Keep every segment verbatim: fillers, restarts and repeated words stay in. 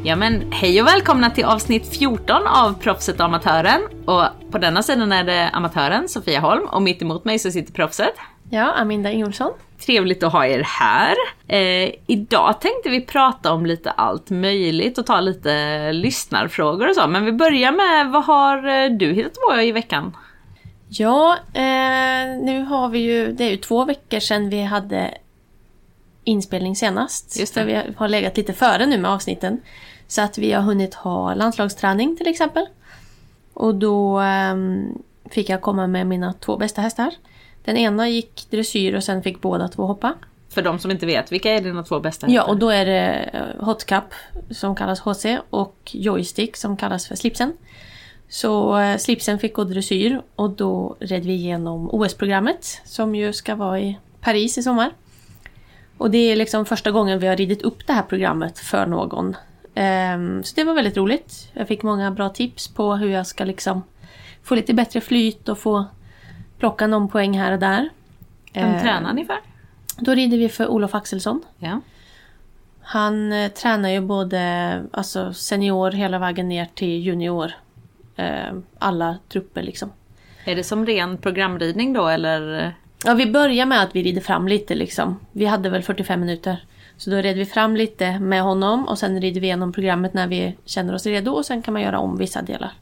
Ja men hej och välkomna till avsnitt fjorton av Proffset och Amatören. Och på denna sidan är det amatören Sofia Holm och mitt emot mig så sitter proffset. Ja, Aminda Ingolfsson. Trevligt att ha er här. Eh, idag tänkte vi prata om lite allt möjligt och ta lite lyssnarfrågor och så. Men vi börjar med, vad har du hittat på i veckan? Ja, eh, nu har vi ju, det är ju två veckor sedan vi hade inspelning senast. Just det. För vi har legat lite före nu med avsnitten. Så att vi har hunnit ha landslagsträning till exempel. Och då eh, fick jag komma med mina två bästa hästar. Den ena gick dressyr och sen fick båda två hoppa. För de som inte vet, vilka är dina två bästa hästar? Ja, och då är det Hot Cup som kallas H C och Joystick som kallas för Slipsen. Så eh, Slipsen fick gå dressyr och då red vi igenom O S-programmet som ju ska vara i Paris i sommar. Och det är liksom första gången vi har ridit upp det här programmet för någon. Ehm, så det var väldigt roligt. Jag fick många bra tips på hur jag ska liksom få lite bättre flyt och få plocka någon poäng här och där. Vem ehm, tränar ni för? Då rider vi för Olof Axelsson. Ja. Han eh, tränar ju både alltså, senior hela vägen ner till junior. Eh, alla trupper liksom. Är det som ren programridning då eller? Ja, vi börjar med att vi rider fram lite liksom. Vi hade väl fyrtiofem minuter. Så då red vi fram lite med honom och sen rider vi igenom programmet när vi känner oss redo och sen kan man göra om vissa delar.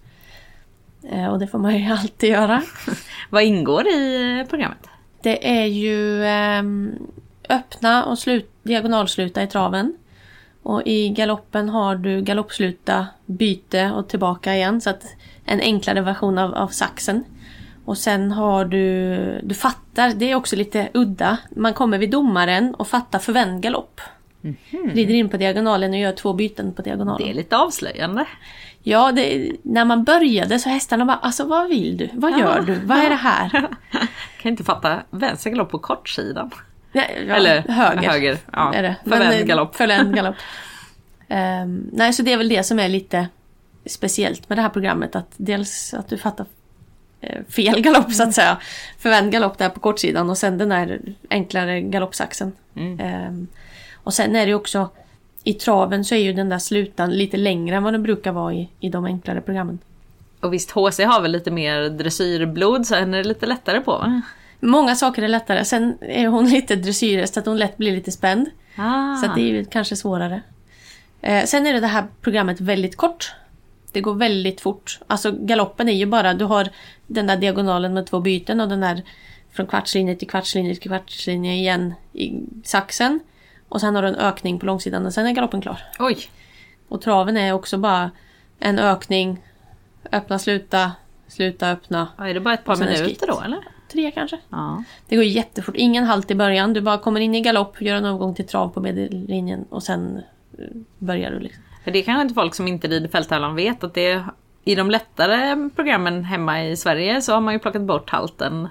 Eh, och det får man ju alltid göra. Vad ingår i programmet? Det är ju eh, öppna och slut, diagonalsluta i traven. Och i galoppen har du galoppsluta, byte och tillbaka igen. Så att en enklare version av, av saxen. Och sen har du, du fattar, det är också lite udda. Man kommer vid domaren och fattar förvänd galopp. Mm-hmm. Rider in på diagonalen och gör två byten på diagonalen. Det är lite avslöjande. Ja, det, när man började så hästarna bara, alltså vad vill du? Vad gör ja. du? Vad är det här? Kan inte fatta vänster galopp på kortsidan. Nej, ja, eller höger. höger. Ja, är det. Förvänd galopp. Förvänd galopp. um, nej, så det är väl det som är lite speciellt med det här programmet. Att dels att du fattar eh, fel galopp så att säga. Förvänd galopp där på kortsidan och sen den där enklare galoppsaxen. Mm. Um, och sen är det också i traven så är ju den där slutan lite längre än vad den brukar vara i, i de enklare programmen. Och visst, H C har väl lite mer dressyrblod så är det lite lättare på va? Många saker är lättare. Sen är hon lite dressyrist så att hon lätt blir lite spänd. Ah. Så att det är ju kanske svårare. Eh, sen är det det här programmet väldigt kort. Det går väldigt fort. Alltså galoppen är ju bara, du har den där diagonalen med två byten och den där från kvartslinje till kvartslinje till kvartslinje igen i saxen. Och sen har du en ökning på långsidan och sen är galoppen klar. Oj. Och traven är också bara en ökning, öppna, sluta, sluta, öppna. Ja, är det bara ett par minuter då eller? Tre kanske. Ja. Det går jättefort. Ingen halt i början. Du bara kommer in i galopp, gör en övergång till trav på medellinjen och sen börjar du liksom. För det kanske inte folk som inte rider fälttävlan vet att det är, i de lättare programmen hemma i Sverige så har man ju plockat bort halten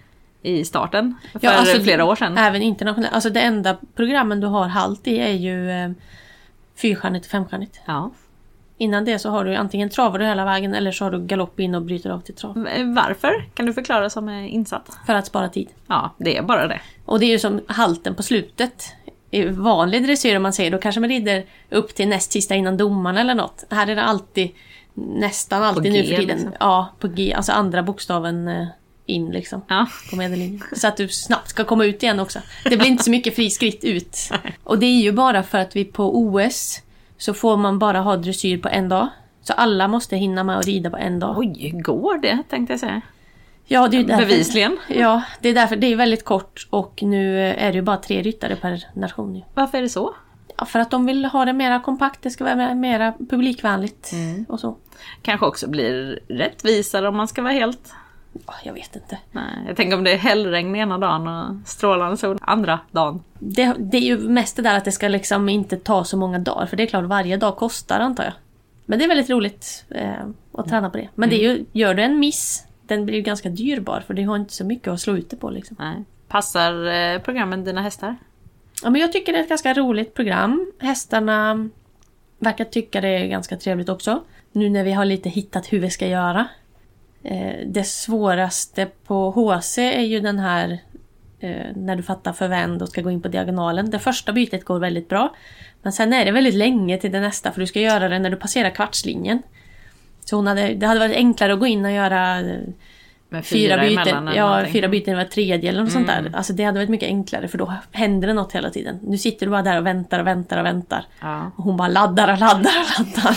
i starten för ja, alltså, flera år sedan. Även internationellt. Alltså det enda programmen du har halt i är ju eh, fyrstjärnigt och femstjärnigt. Ja. Innan det så har du antingen travar du hela vägen eller så har du galopp in och bryter av till trav. Varför? Kan du förklara som är insatt? För att spara tid. Ja, det är bara det. Och det är ju som halten på slutet. I vanlig dressyr om man säger, då kanske man rider upp till näst sista innan domaren eller något. Här är det alltid, nästan alltid nu för tiden. Liksom. Ja, på G, alltså andra bokstaven in liksom. Ja. På medellinjen. Så att du snabbt ska komma ut igen också. Det blir inte så mycket fri skritt ut. Och det är ju bara för att vi på O S så får man bara ha dressyr på en dag. Så alla måste hinna med att rida på en dag. Oj, går det tänkte jag säga. Ja, det är därför, bevisligen. Ja, det är därför det är väldigt kort och nu är det ju bara tre ryttare per nation. Varför är det så? Ja, för att de vill ha det mera kompakt, det ska vara mera publikvänligt mm. och så. Kanske också blir rättvisare om man ska vara helt... Ja, jag vet inte. Nej, jag tänker om det är hällregn ena dagen och strålande sol andra dagen. Det, det är ju mest det där att det ska liksom inte ta så många dagar, för det är klart varje dag kostar antar jag. Men det är väldigt roligt eh, att träna på det. Men mm. det är ju, gör du en miss, den blir ju ganska dyrbar för det har inte så mycket att slå ut det på liksom. Nej. Passar eh, programmen dina hästar? Ja, men jag tycker det är ett ganska roligt program. Hästarna verkar tycka det är ganska trevligt också. Nu när vi har lite hittat hur vi ska göra. Eh, det svåraste på H C är ju den här eh, när du fattar förvänd och ska gå in på diagonalen. Det första bytet går väldigt bra. Men sen är det väldigt länge till det nästa, för du ska göra det när du passerar kvartslinjen. Så hon hade, det hade varit enklare att gå in och göra Med fyra, fyra byten. Ja, fyra byten var tredje eller något Mm. sånt där. Alltså det hade varit mycket enklare, för då händer det något hela tiden. Nu sitter du bara där och väntar och väntar och väntar. Ja. Och hon bara laddar och laddar och laddar.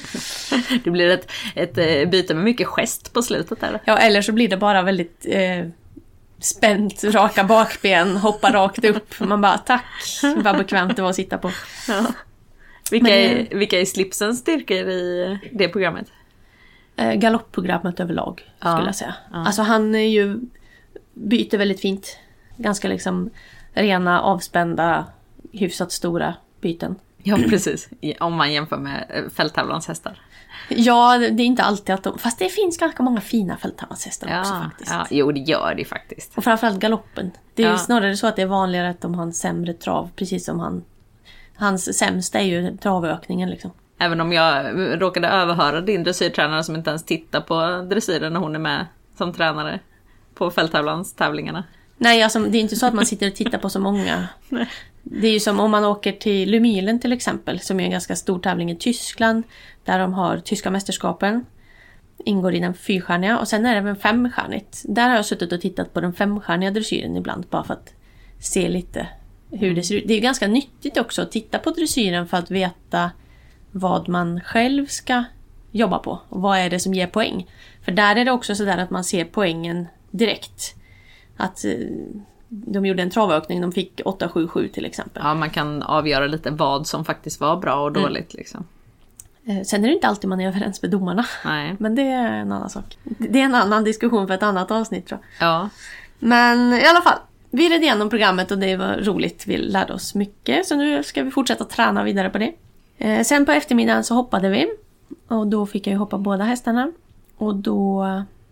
Det blir ett, ett eh, byte med mycket gest på slutet där. Ja, eller så blir det bara väldigt eh, spänt, raka bakben, hoppa rakt upp. Man bara, tack, vad bekvämt det var att sitta på. Ja. Vilka, Men, är, vilka är slipsens styrkor i det programmet? Eh, galoppprogrammet överlag, Ja. skulle jag säga. Ja. Alltså han är ju, byter väldigt fint. Ganska liksom rena, avspända, hyfsat stora byten. Ja, precis. Om man jämför med eh, fälttävlans hästar. Ja, det är inte alltid att de... Fast det finns ganska många fina fälttävlanshästar också Ja, faktiskt. ja, jo, det gör det faktiskt. Och framförallt galoppen. Det är ju Ja. snarare så att det är vanligare att de har en sämre trav. Precis som han... Hans sämsta är ju travökningen liksom. Även om jag råkade överhöra din dressyrtränare som inte ens tittar på dressyren när hon är med som tränare på fälttävlans tävlingarna. Nej, alltså det är inte så att man sitter och tittar på så många. Nej. Det är ju som om man åker till Lumilen till exempel, som är en ganska stor tävling i Tyskland, där de har tyska mästerskapen. Ingår i den fyrstjärniga, och sen är det även femstjärnigt. Där har jag suttit och tittat på den femstjärniga dressyren ibland, bara för att se lite hur det ser ut. Det är ganska nyttigt också att titta på dressyren för att veta vad man själv ska jobba på. Och vad är det som ger poäng. För där är det också så där att man ser poängen direkt. Att eh, de gjorde en travökning, de fick åtta sju sju till exempel. Ja, man kan avgöra lite vad som faktiskt var bra och dåligt mm. liksom. Eh, sen är det inte alltid man är överens med domarna. Nej. Men det är en annan sak. Det är en annan diskussion för ett annat avsnitt, tror jag. Ja. Men i alla fall, vi red igenom programmet och det var roligt. Vi lärde oss mycket, så nu ska vi fortsätta träna vidare på det. Eh, sen på eftermiddagen så hoppade vi. Och då fick jag ju hoppa båda hästarna. Och då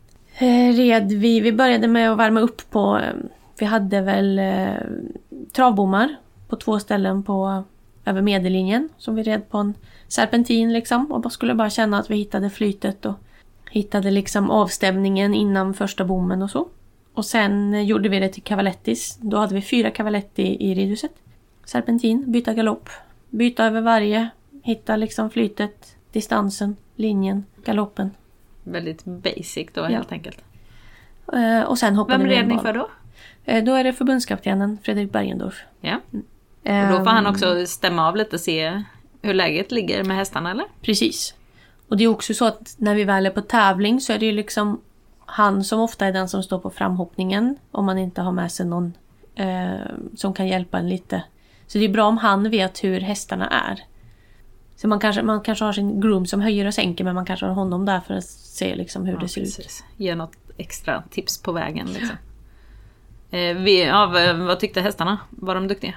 eh, red vi. Vi började med att värma upp på... Eh, vi hade väl eh, travbommar på två ställen på över medellinjen. Som vi red på en serpentin liksom. Och bara skulle bara känna att vi hittade flytet och hittade liksom avstämningen innan första bommen och så. Och sen gjorde vi det till cavalettis. Då hade vi fyra cavaletti i ridhuset. Serpentin, byta galopp. Byta över varje. Hitta liksom flytet, distansen, linjen, galoppen. Väldigt basic då, Ja. helt enkelt. Eh, och sen hoppade Vem vi red en ni bana. för då? Eh, då är det förbundskaptenen Fredrik Bergendorf. Ja. Eh, Och då får han också stämma av lite och se hur läget ligger med hästarna, eller? Precis. Och det är också så att när vi väl är på tävling så är det ju liksom han som ofta är den som står på framhoppningen. Om man inte har med sig någon eh, som kan hjälpa en lite. Så det är bra om han vet hur hästarna är. Så man kanske, man kanske har sin groom som höjer och sänker, men man kanske har honom där för att se liksom hur Ja, det ser ut. precis. Ge något extra tips på vägen liksom. Eh, vi, ja, vad, vad tyckte hästarna? Var de duktiga?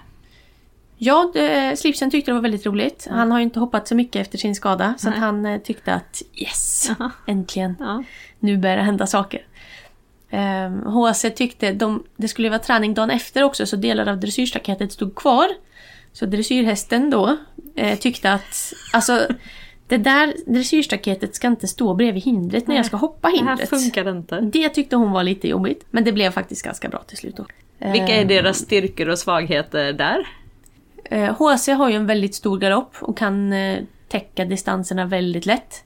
Ja, det, Slipsen tyckte det var väldigt roligt. Mm. Han har ju inte hoppat så mycket efter sin skada. Så att Nej. han eh, tyckte att yes, Aha. äntligen. Ja. Nu börjar det hända saker. Um, H C tyckte de, det skulle vara träning dagen efter också, så delar av dressyrstaketet stod kvar. Så dressyrhästen då eh, tyckte att alltså, det där dressyrstaketet ska inte stå bredvid hindret när jag ska hoppa Det här hindret. funkar inte. Det tyckte hon var lite jobbigt, men det blev faktiskt ganska bra till slut då. Vilka är Ehm, deras styrkor och svagheter där? Eh, H C har ju en väldigt stor galopp och kan eh, täcka distanserna väldigt lätt.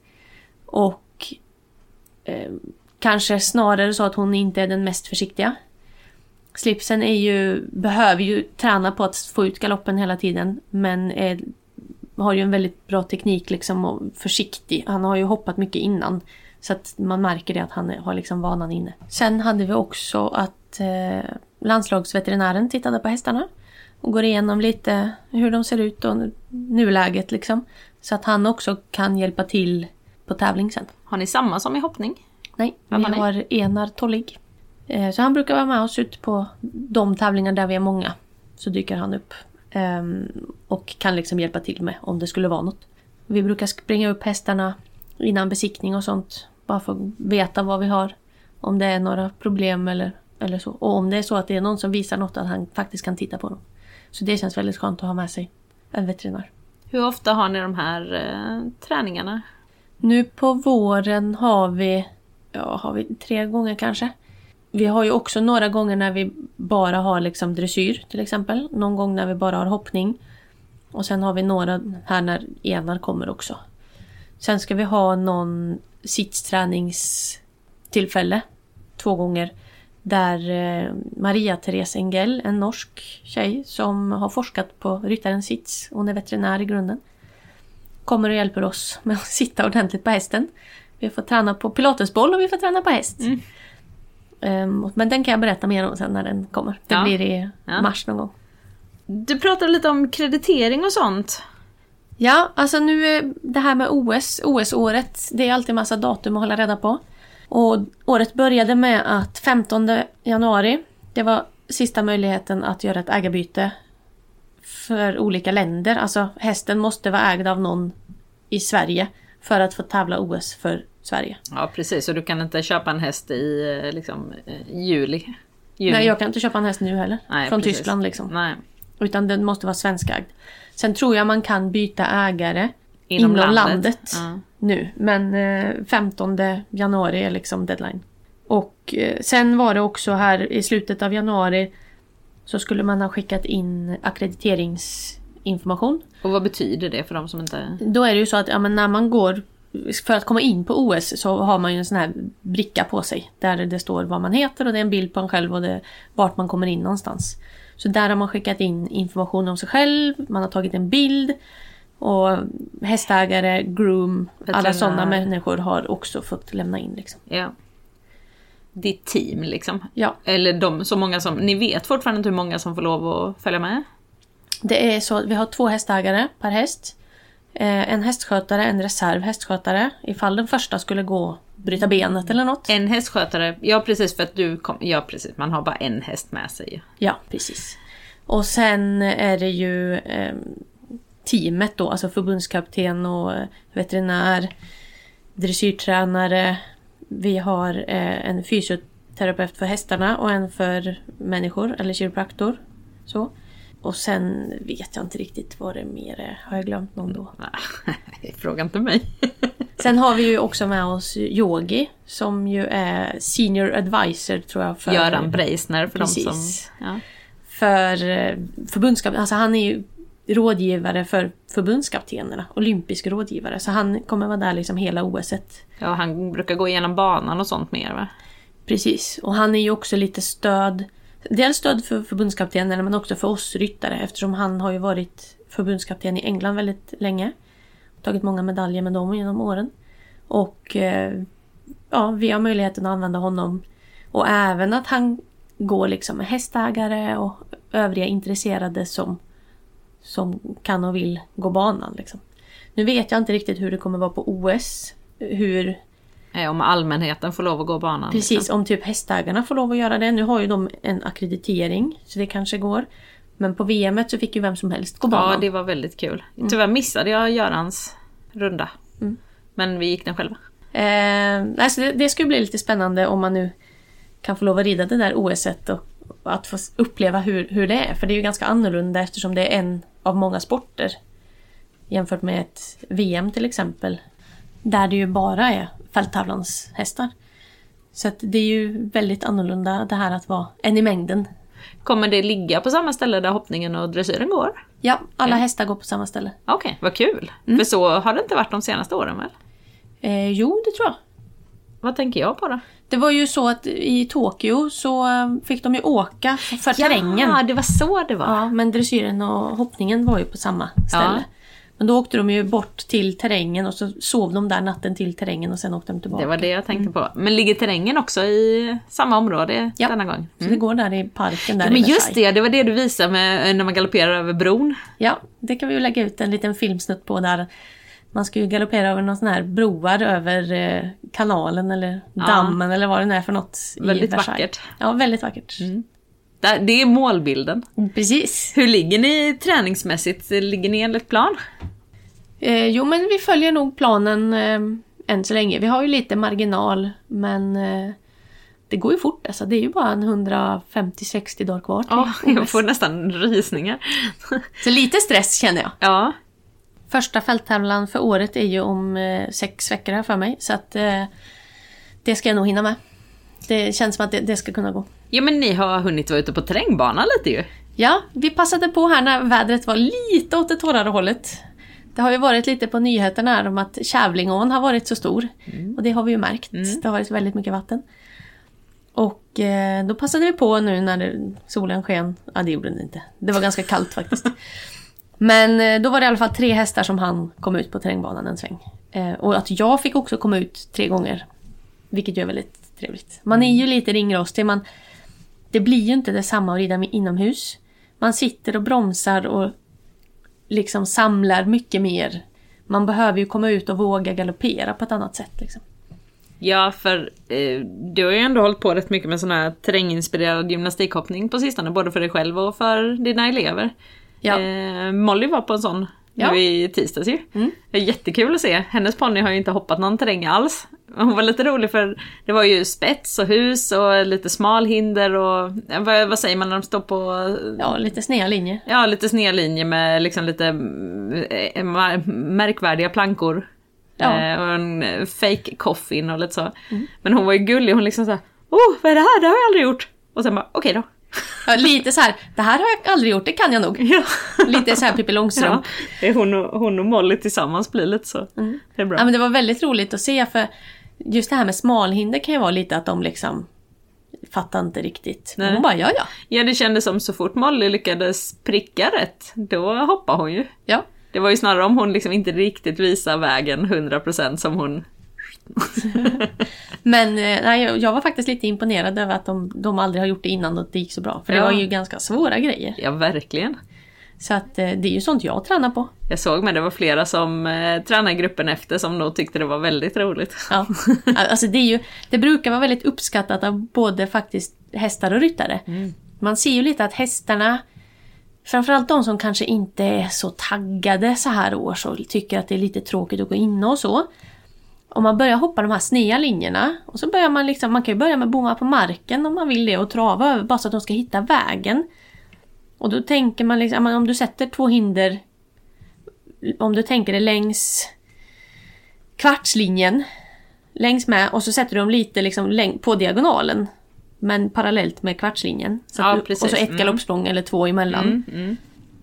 Och eh, kanske snarare så att hon inte är den mest försiktiga. Slipsen är ju, behöver ju träna på att få ut galoppen hela tiden, men är, har ju en väldigt bra teknik liksom och försiktig. Han har ju hoppat mycket innan, så att man märker det att han är, har liksom vanan inne. Sen hade vi också att eh, landslagsveterinären tittade på hästarna och går igenom lite hur de ser ut och nuläget liksom. Så att han också kan hjälpa till på tävling sen. Har ni samma som i hoppning? Nej, Vem vi har ni? har Enar Tollig. Eh, Så han brukar vara med oss ut på de tävlingar där vi är många. Så dyker han upp. Ehm, Och kan liksom hjälpa till med om det skulle vara något. Vi brukar springa upp hästarna innan besiktning och sånt. Bara för att veta vad vi har. Om det är några problem eller, eller så. Och om det är så att det är någon som visar något, att han faktiskt kan titta på dem. Så det känns väldigt skönt att ha med sig en veterinär. Hur ofta har ni de här eh, träningarna? Nu på våren har vi, ja, har vi tre gånger kanske. vi har ju också några gånger när vi bara har liksom dressyr till exempel. Någon gång när vi bara har hoppning. Och sen har vi några här när enar kommer också. Sen ska vi ha någon sittsträningstillfälle två gånger. Där eh, Maria Therese Engel, en norsk tjej som har forskat på ryttarens sits. Hon är veterinär i grunden. Kommer och hjälper oss med att sitta ordentligt på hästen. Vi får träna på pilatesboll och vi får träna på häst. Mm. Um, men den kan jag berätta mer om sen när den kommer. Det ja. blir i ja. mars någon gång. Du pratade lite om kreditering och sånt. Ja, alltså nu är det här med O S, O S-året, det är alltid massa datum att hålla reda på. Och året började med att femtonde januari, det var sista möjligheten att göra ett ägarbyte för olika länder. Alltså hästen måste vara ägd av någon i Sverige för att få tävla O S för Sverige. Ja, precis. Och du kan inte köpa en häst i liksom, juli. juli. Nej, jag kan inte köpa en häst nu heller. Nej, från precis. Tyskland liksom. Nej. Utan den måste vara svenskägd. Sen tror jag man kan byta ägare inom, inom landet, landet ja. nu. Men eh, femtonde januari är liksom deadline. Och eh, sen var det också här i slutet av januari så skulle man ha skickat in akkrediteringsinformation. Och vad betyder det för de som inte... Då är det ju så att ja, men när man går... För att komma in på O S så har man ju en sån här bricka på sig. Där det står vad man heter och det är en bild på en själv och det, vart man kommer in någonstans. Så där har man skickat in information om sig själv. Man har tagit en bild. Och hästägare, groom, alla sådana människor har också fått lämna in. Liksom. Ja. Ditt team liksom. Ja. Eller de, så många som... Ni vet fortfarande inte hur många som får lov att följa med? Det är så att vi har två hästägare per häst. En hästskötare, en reservhästskötare. Ifall den första skulle gå bryta benet eller något. En hästskötare, ja precis för att du kom, ja precis, man har bara en häst med sig. Ja, precis. Och sen är det ju eh, teamet då, alltså förbundskapten och veterinär, dressyrtränare. Vi har eh, en fysioterapeut för hästarna och en för människor eller kiropraktor. Så. Och sen vet jag inte riktigt vad det mer är. Har jag glömt någon då? Nej, fråga inte mig. Sen har vi ju också med oss Yogi som ju är senior advisor tror jag. För Göran Breisner för precis. de som... Ja. För förbundskapten, alltså han är ju rådgivare för förbundskaptenerna, olympisk rådgivare. Så han kommer vara där liksom hela O S-et. Ja, han brukar gå igenom banan och sånt mer va? Precis, och han är ju också lite stöd... Dels stöd för förbundskaptenerna men också för oss ryttare eftersom han har ju varit förbundskapten i England väldigt länge. Tagit många medaljer med dem genom åren. Och eh, ja, vi har möjligheten att använda honom. Och även att han går liksom med hästägare och övriga intresserade som, som kan och vill gå banan. Liksom. Nu vet jag inte riktigt hur det kommer vara på O S. Hur... Om allmänheten får lov att gå banan. Precis, liksom. Om typ hästägarna får lov att göra det. Nu har ju de en akkreditering, så det kanske går. Men på V M så fick ju vem som helst gå banan. Ja, det var väldigt kul. Mm. Tyvärr missade jag Görans runda. Mm. Men vi gick den själva. Eh, alltså det, det skulle bli lite spännande om man nu kan få lov att rida det där O S-et och att få uppleva hur, hur det är. För det är ju ganska annorlunda eftersom det är en av många sporter. Jämfört med ett V M till exempel. Där det ju bara är fälttävlans hästar. Så att det är ju väldigt annorlunda det här att vara en i mängden. Kommer det ligga på samma ställe där hoppningen och dressyren går? Ja, alla ja. hästar går på samma ställe. Okej, okay, vad kul. Mm. För så har det inte varit de senaste åren väl? Eh, jo, det tror jag. Vad tänker jag på då? Det var ju så att i Tokyo så fick de ju åka för ja, terrängen. Ja, det var så det var. Ja, men dressyren och hoppningen var ju på samma ställe. Ja. Men då åkte de ju bort till terrängen och så sov de där natten till terrängen och sen åkte de tillbaka. Det var det jag tänkte mm. på. Men ligger terrängen också i samma område ja. denna gång? Mm. Så det går där i parken där ja, i men Versailles. Just det, det var det du visade med, när man galopperar över bron. Ja, det kan vi ju lägga ut en liten filmsnutt på där. Man ska ju galoppera över någon sån här broar över eh, kanalen eller ja. dammen eller vad det är för något väldigt i Versailles. Vackert. Ja, väldigt vackert. Mm. Det är målbilden. Precis. Hur ligger ni träningsmässigt? Ligger ni enligt plan? Eh, jo, men vi följer nog planen eh, än så länge. Vi har ju lite marginal, men eh, det går ju fort. Alltså, det är ju bara en hundrafemtio till sextio dagar kvar. Ja, jag får nästan rysningar. Så lite stress känner jag. Ja. Första fälttävlan för året är ju om eh, sex veckor här för mig. Så att eh, det ska jag nog hinna med. det känns som att det, det ska kunna gå. Ja, men ni har hunnit vara ute på terrängbana lite ju. Ja, vi passade på här när vädret var lite åt det torrare hållet. Det har ju varit lite på nyheterna här om att Kävlingån har varit så stor. Mm. Och det har vi ju märkt. Mm. Det har varit väldigt mycket vatten. Och eh, då passade vi på nu när det, solen sken. Ja, det gjorde den inte. Det var ganska kallt faktiskt. Men eh, då var det i alla fall tre hästar som han kom ut på terrängbanan en sväng. Eh, och att jag fick också komma ut tre gånger. Vilket ju är väldigt trevligt. Man är ju lite ringrostig. Man, det blir ju inte detsamma att rida inomhus. Man sitter och bromsar och liksom samlar mycket mer. Man behöver ju komma ut och våga galoppera på ett annat sätt liksom. Ja, för eh, du har ju ändå hållit på rätt mycket med sån här terränginspirerad gymnastikhoppning på sistone, både för dig själv och för dina elever. Ja. Eh, Molly var på en sån ja. nu i tisdags ju. Mm. Det är jättekul att se. Hennes ponny har ju inte hoppat någon terräng alls. Hon var lite rolig för det var ju spets och hus och lite smalhinder och vad, vad säger man när de står på... Ja, lite sneda linjer. Ja, lite sneda linjer med liksom lite äh, märkvärdiga plankor. Ja. Äh, och en fake coffin och lite så. Mm. Men hon var ju gullig, hon liksom såhär, oh, vad är det här? Det har jag aldrig gjort. Och sen bara, okej okay då. Ja, lite så här, det här har jag aldrig gjort, det kan jag nog. Ja. Lite så här Pippi Långstrump. Ja, hon, och, hon och Molly tillsammans blir lite så. Mm. Det är bra. Ja, men det var väldigt roligt att se, för just det här med smalhinder kan ju vara lite att de liksom fattar inte riktigt. Nej. Hon bara, ja, ja. Ja, det kändes som så fort Molly lyckades pricka rätt, då hoppar hon ju. Ja. Det var ju snarare om hon liksom inte riktigt visar vägen hundra procent som hon... Men nej, jag var faktiskt lite imponerad över att de, de aldrig har gjort det innan och det gick så bra. För ja. det var ju ganska svåra grejer. Ja, verkligen. Så att det är ju sånt jag tränar på. Jag såg, men det var flera som eh, tränade gruppen efter som då tyckte det var väldigt roligt. Ja, alltså det är ju, det brukar vara väldigt uppskattat av både faktiskt hästar och ryttare. Mm. Man ser ju lite att hästarna, framförallt de som kanske inte är så taggade så här år, så tycker att det är lite tråkigt att gå in och så. Om man börjar hoppa de här sneda linjerna, och så börjar man liksom, man kan ju börja med bomma på marken om man vill det och trava över bara så att de ska hitta vägen. Och då tänker man liksom, om du sätter två hinder, om du tänker det längs kvartslinjen, längs med, och så sätter du dem lite liksom på diagonalen, men parallellt med kvartslinjen. Så ja, du, och så ett galoppsprång mm. eller två emellan. Mm, mm.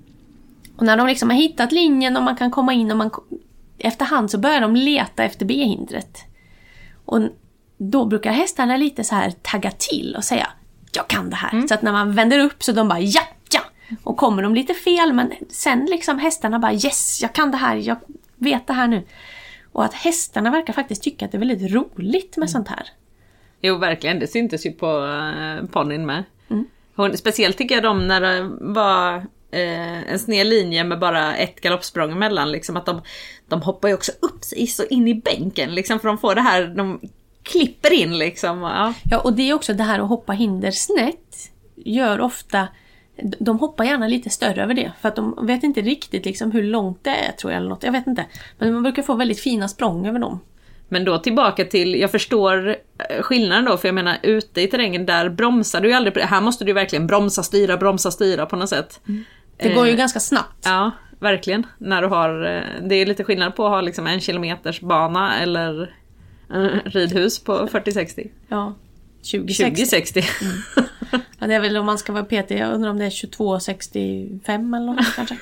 Och när de liksom har hittat linjen och man kan komma in och man... Efterhand så börjar de leta efter B-hindret. Och då brukar hästarna lite så här tagga till och säga, jag kan det här. Mm. Så att när man vänder upp så de bara, ja, ja. Och kommer de lite fel, men sen liksom hästarna bara, yes, jag kan det här, jag vet det här nu. Och att hästarna verkar faktiskt tycka att det är väldigt roligt med mm. sånt här. Jo, verkligen. Det syntes ju på uh, ponnyn med. Mm. Hon, speciellt tycker jag de när det var... Eh, en sned linje med bara ett galoppsprång emellan, liksom att de, de hoppar ju också upp sig så in i bänken liksom, för de får det här, de klipper in liksom. Ja, ja, och det är också det här att hoppa hinder snett gör ofta, de hoppar gärna lite större över det, för att de vet inte riktigt liksom hur långt det är, tror jag, eller något, jag vet inte, men man brukar få väldigt fina språng över dem. Men då tillbaka till, jag förstår skillnaden då, för jag menar ute i terrängen där bromsar du ju aldrig, här måste du verkligen bromsa, styra, bromsa, styra på något sätt. Mm. Det går ju eh, ganska snabbt. Ja, verkligen. När du har, det är lite skillnad på att ha liksom en kilometers bana eller en ridhus på fyrtio sextio. Ja, tjugo sextio. Mm. Ja, det är väl om man ska vara P T, jag undrar om det är tjugotvå sextiofem eller något kanske.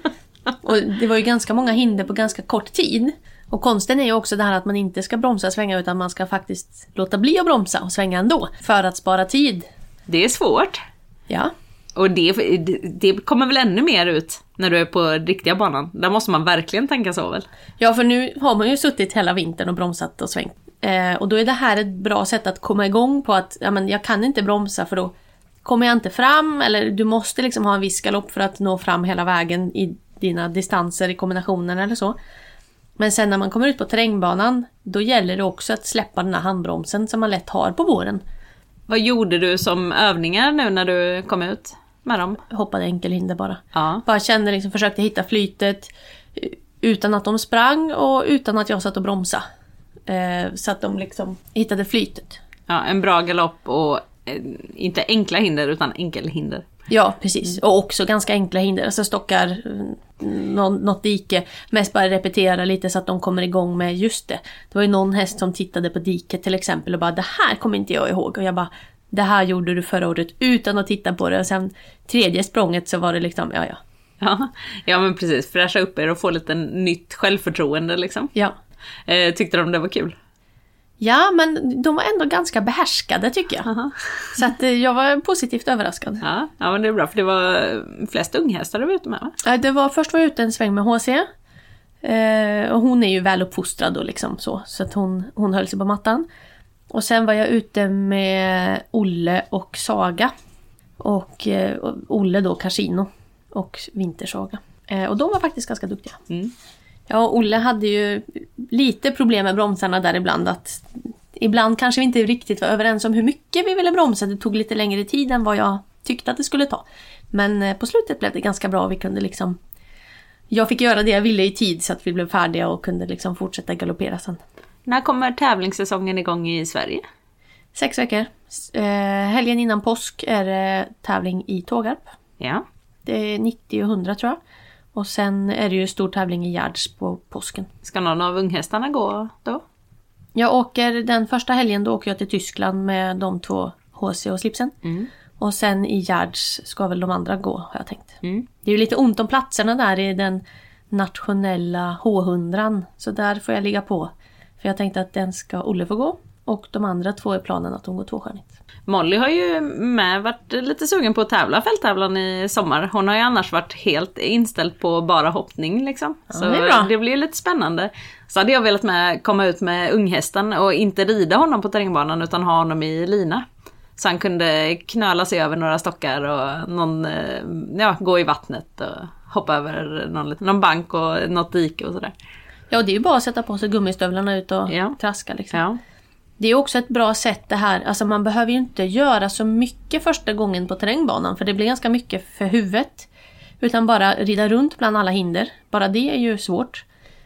Och det var ju ganska många hinder på ganska kort tid. Och konsten är ju också det här att man inte ska bromsa och svänga, utan man ska faktiskt låta bli att bromsa och svänga ändå. För att spara tid. Det är svårt. Ja. Och det, det kommer väl ännu mer ut när du är på riktiga banan. Där måste man verkligen tänka så väl. Ja, för nu har man ju suttit hela vintern och bromsat och svängt. Eh, och då är det här ett bra sätt att komma igång på att ja, men jag kan inte bromsa för då kommer jag inte fram. Eller du måste liksom ha en viss galopp för att nå fram hela vägen i dina distanser i kombinationen eller så. Men sen när man kommer ut på terrängbanan, då gäller det också att släppa den här handbromsen som man lätt har på våren. Vad gjorde du som övningar nu när du kom ut med dem? Hoppade enkelhinder bara. Ja. Bara kände liksom, försökte hitta flytet utan att de sprang och utan att jag satt och bromsa. Eh, så att de liksom hittade flytet. Ja, en bra galopp och eh, inte enkla hinder utan enkelhinder. Ja, precis. Och också ganska enkla hinder. Alltså stockar, någon, något dike. Mest bara repetera lite så att de kommer igång med just det. Det var ju någon häst som tittade på diket till exempel och bara, det här kommer inte jag ihåg. Och jag bara, det här gjorde du förra året utan att titta på det. Och sen tredje språnget så var det liksom, ja ja. Ja, ja men precis. Fräscha upp er och få lite nytt självförtroende liksom. Ja. Eh, tyckte de det var kul? Ja, men de var ändå ganska behärskade tycker jag. Uh-huh. Så att jag var positivt överraskad. Ja, ja, men det är bra för det var flest unghästar du var ute med, va? Ja, det var, först var jag ute en sväng med H C. Eh, och hon är ju väl uppfostrad och liksom så. Så att hon, hon höll sig på mattan. Och sen var jag ute med Olle och Saga. Och, eh, och Olle då Casino och Vintersaga. Eh, och de var faktiskt ganska duktiga. Mm. Ja, Olle hade ju lite problem med bromsarna där ibland. Att ibland kanske vi inte riktigt var överens om hur mycket vi ville bromsa. Det tog lite längre tid än vad jag tyckte att det skulle ta. Men på slutet blev det ganska bra. Vi kunde liksom... Jag fick göra det jag ville i tid så att vi blev färdiga och kunde liksom fortsätta galoppera sen. När kommer tävlingssäsongen igång i Sverige? Sex veckor. Eh, helgen innan påsk är det tävling i Tågarp. Ja. Det är nittio och hundra tror jag. Och sen är det ju stor tävling i Gärds på påsken. Ska någon av unghästarna gå då? Jag åker den första helgen, då åker jag till Tyskland med de två H C och Slipsen. Mm. Och sen i Gärds ska väl de andra gå, har jag tänkt. Mm. Det är ju lite ont om platserna där i den nationella H hundra. Så där får jag ligga på. För jag tänkte att den ska Olle få gå. Och de andra två är planen att de går tvåstjärnigt. Molly har ju med varit lite sugen på att tävla fälttävlan i sommar. Hon har ju annars varit helt inställd på bara hoppning liksom. Ja, så det, det blir lite spännande. Så hade jag velat med komma ut med unghästen och inte rida honom på terrängbanan utan ha honom i lina. Så han kunde knöla sig över några stockar och någon, ja, gå i vattnet och hoppa över någon, någon bank och något dike och sådär. Ja, det är ju bara att sätta på sig gummistövlarna ut och ja. traska liksom. Ja. Det är också ett bra sätt det här. Alltså man behöver ju inte göra så mycket första gången på terrängbanan. För det blir ganska mycket för huvudet. Utan bara rida runt bland alla hinder. Bara det är ju svårt.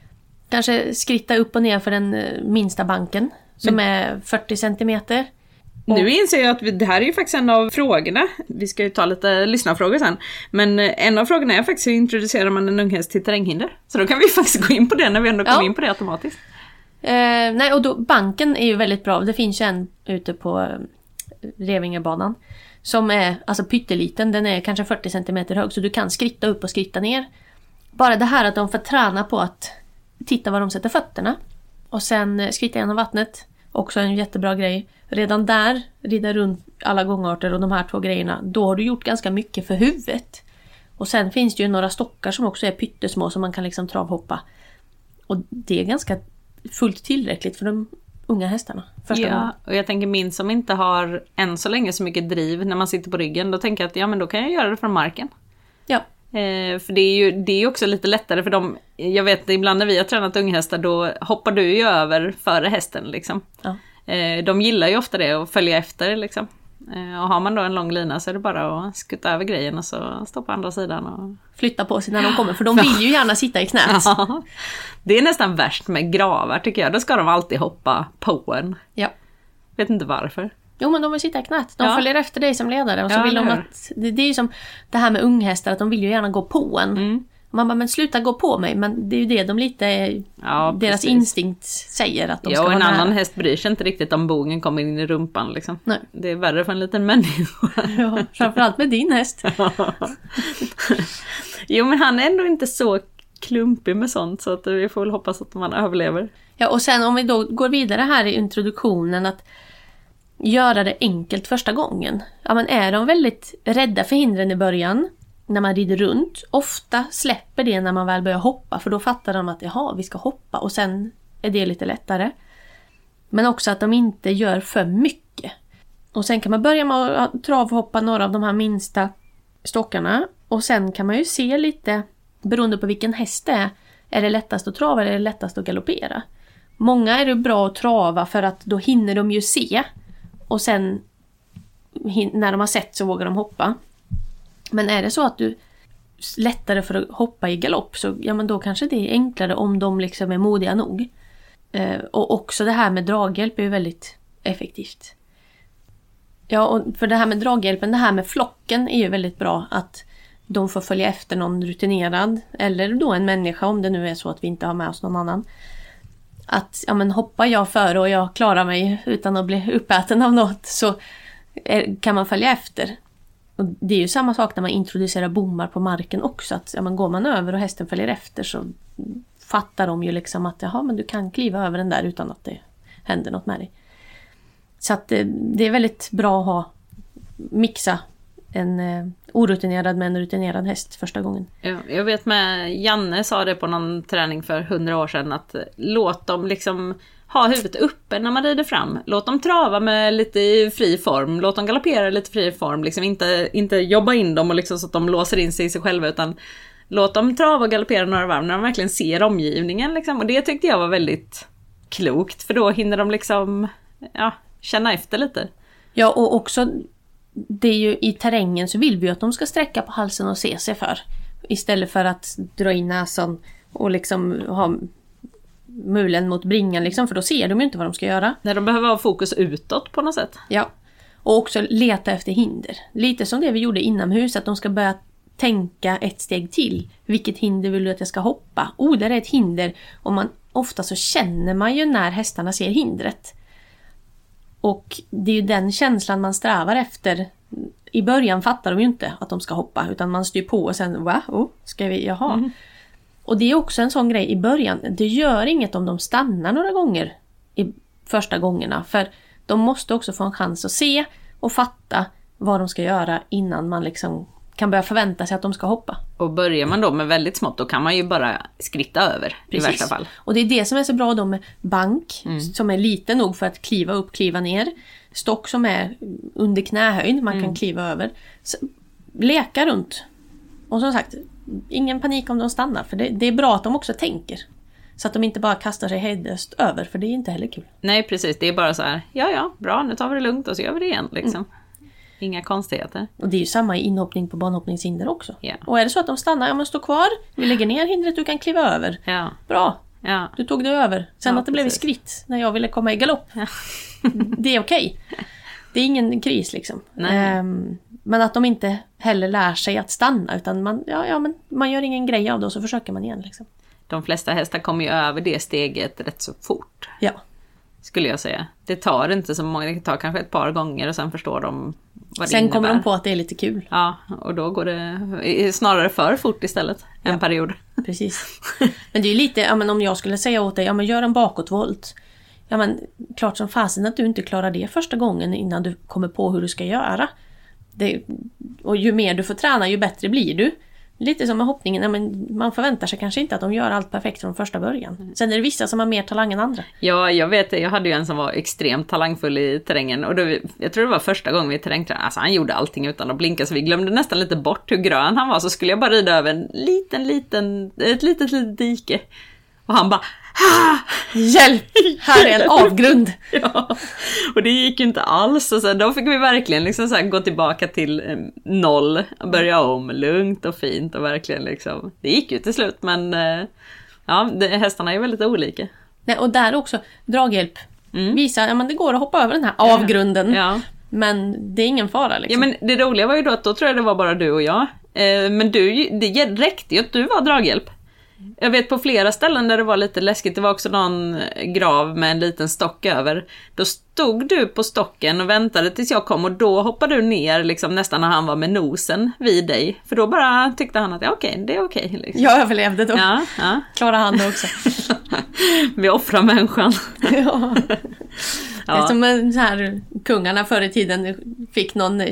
Kanske skritta upp och ner för den minsta banken. Som Men... är fyrtio centimeter. Och... Nu inser jag att vi, det här är ju faktiskt en av frågorna. Vi ska ju ta lite lyssnarfrågor sen. Men en av frågorna är faktiskt hur introducerar man en unghäst till terränghinder. Så då kan vi faktiskt gå in på det när vi ändå kommer ja. in på det automatiskt. Eh, nej, och då, banken är ju väldigt bra. Det finns ju en ute på eh, Revingebanan som är alltså pytteliten. Den är kanske fyrtio centimeter hög, så du kan skritta upp och skritta ner. Bara det här att de får träna på att titta var de sätter fötterna. Och sen eh, skritta genom vattnet. Också en jättebra grej. Redan där, rida runt alla gångarter och de här två grejerna. Då har du gjort ganska mycket för huvudet. Och sen finns det ju några stockar som också är pyttesmå som man kan liksom travhoppa. Och det är ganska fullt tillräckligt för de unga hästarna. Första ja, gången. Och jag tänker min som inte har än så länge så mycket driv när man sitter på ryggen. Då tänker jag att ja, men då kan jag göra det från marken. Ja. Eh, för det är ju det är också lite lättare för dem. Jag vet ibland när vi har tränat unghästar då hoppar du ju över före hästen liksom. Ja. Eh, de gillar ju ofta det och följa efter liksom. Och har man då en lång lina så är det bara att skutta över grejen och så stå på andra sidan och flytta på sig när de kommer, för de vill ju gärna sitta i knät. Ja, det är nästan värst med gravar tycker jag. Då ska de alltid hoppa på en. Ja. Vet inte varför. Jo, men de vill sitta i knät. De ja. följer efter dig som ledare och så ja, vill de att det, det är ju som det här med unghästar, att de vill ju gärna gå på en. Mm. Man bara, men sluta gå på mig. Men det är ju det de lite, ja, deras precis. instinkt säger att de ja, ska vara en nära. annan häst bryr sig inte riktigt om bogen kommer in i rumpan liksom. Nej. Det är värre för en liten människa. Ja, framförallt med din häst. Jo, men han är ändå inte så klumpig med sånt så att vi får väl hoppas att man överlever. Ja, och sen om vi då går vidare här i introduktionen att göra det enkelt första gången. Ja, men är de väldigt rädda för hindren i början när man rider runt, ofta släpper det när man väl börjar hoppa, för då fattar de att jaha, vi ska hoppa och sen är det lite lättare. Men också att de inte gör för mycket. Och sen kan man börja med att travhoppa några av de här minsta stockarna och sen kan man ju se lite, beroende på vilken häst det är, är det lättast att trava eller är det lättast att galoppera. Många är det bra att trava för att då hinner de ju se och sen när de har sett så vågar de hoppa. Men är det så att du lättare för att hoppa i galopp så ja, men då kanske det är enklare om de liksom är modiga nog. Eh, och också det här med draghjälp är ju väldigt effektivt. Ja, och för det här med draghjälpen, det här med flocken är ju väldigt bra, att de får följa efter någon rutinerad, eller då en människa om det nu är så att vi inte har med oss någon annan. Att ja, men hoppar jag före och jag klarar mig utan att bli uppäten av något, så är, kan man följa efter. Och det är ju samma sak när man introducerar bommar på marken också, att ja, men går man över och hästen följer efter, så fattar de ju liksom att jaha, men du kan kliva över den där utan att det händer något med dig. Så att det, det är väldigt bra att ha, mixa en eh, orutinerad med en rutinerad häst första gången. Ja, jag vet med Janne sa det på någon träning för hundra år sedan, att låt dem liksom ha huvudet uppe när man rider fram. Låt dem trava med lite i fri form, låt dem galoppera lite i fri form, liksom inte, inte jobba in dem och liksom så att de låser in sig i sig själva, utan låt dem trava och galoppera några varv när de verkligen ser omgivningen liksom. Och det tyckte jag var väldigt klokt, för då hinner de liksom ja, känna efter lite. Ja, och också det är ju i terrängen så vill vi ju att de ska sträcka på halsen och se sig för. Istället för att dra in näsan och liksom ha mulen mot bringan liksom, för då ser de ju inte vad de ska göra. När de behöver ha fokus utåt på något sätt. Ja, och också leta efter hinder. Lite som det vi gjorde inomhus, att de ska börja tänka ett steg till. Vilket hinder vill du att jag ska hoppa? Oh, där är ett hinder. Och man, ofta så känner man ju när hästarna ser hindret. Och det är ju den känslan man strävar efter. I början fattar de ju inte att de ska hoppa, utan man styr på och sen, va? Oh, ska vi, jaha. Mm. Och det är också en sån grej i början. Det gör inget om de stannar några gånger i första gångerna. För de måste också få en chans att se och fatta vad de ska göra innan man liksom kan börja förvänta sig att de ska hoppa. Och börjar man då med väldigt smått, då kan man ju bara skritta över. Precis. I värsta fall. Och det är det som är så bra då med bank, mm. som är liten nog för att kliva upp, kliva ner. Stock som är under knähöjd, man mm. kan kliva över. Så, leka runt. Och som sagt, ingen panik om de stannar, för det, det är bra att de också tänker. Så att de inte bara kastar sig hejdlöst över, för det är inte heller kul. Nej, precis. Det är bara så här, ja, ja, bra, nu tar vi det lugnt och så gör vi det igen, liksom. Mm. Inga konstigheter. Och det är ju samma i inhoppning på banhoppningshinder också. Yeah. Och är det så att de stannar, ja men stå kvar, vi lägger ner hindret, du kan kliva över. Ja. Bra, ja. Du tog det över. Sen ja, att det blev skritt när jag ville komma i galopp. Ja. Det är okej. Det är ingen kris liksom. Um, men att de inte heller lär sig att stanna, utan man, ja, ja, men man gör ingen grej av det och så försöker man igen. Liksom. De flesta hästar kommer ju över det steget rätt så fort. Ja. Skulle jag säga. Det tar inte så många, det tar kanske ett par gånger och sen förstår de vad det Sen innebär. kommer de på att det är lite kul. Ja, och då går det snarare för fort istället. En ja. period. Precis. Men det är ju lite, ja men om jag skulle säga åt dig, ja men gör en bakåtvolt. Ja men klart som fasen att du inte klarar det första gången innan du kommer på hur du ska göra. Det, och ju mer du får träna, ju bättre blir du. Lite som med hoppningen, ja, men man förväntar sig kanske inte att de gör allt perfekt från första början. Sen är det vissa som har mer talang än andra. Ja, jag vet, jag hade ju en som var extremt talangfull i terrängen. Och då, jag tror det var första gången vi terrängtränade. Alltså han gjorde allting utan att blinka, så vi glömde nästan lite bort hur grön han var. Så skulle jag bara rida över en liten, liten, ett litet, litet dike. Och han bara, ha! Hjälp! Här är en avgrund. Ja, och det gick ju inte alls. Och så då fick vi verkligen liksom så här gå tillbaka till eh, noll. Och börja om lugnt och fint. Och verkligen liksom, det gick ju till slut. Men eh, ja, det, hästarna är väldigt olika. Nej, och där också, draghjälp. Mm. Visa, ja men det går att hoppa över den här avgrunden. Ja. Men det är ingen fara liksom. Ja, men det roliga var ju då att då tror jag det var bara du och jag. Eh, men du, det räckte ju att du var draghjälp. Jag vet på flera ställen där det var lite läskigt, det var också någon grav med en liten stock över. Då stod du på stocken och väntade tills jag kom, och då hoppade du ner liksom, nästan när han var med nosen vid dig. För då bara tyckte han att ja, okej, det är okej. Liksom. Jag överlevde då. Ja, ja. Klarar han det också. Vi offrar människan. Ja. Det är som en så här, kungarna förr i tiden fick någon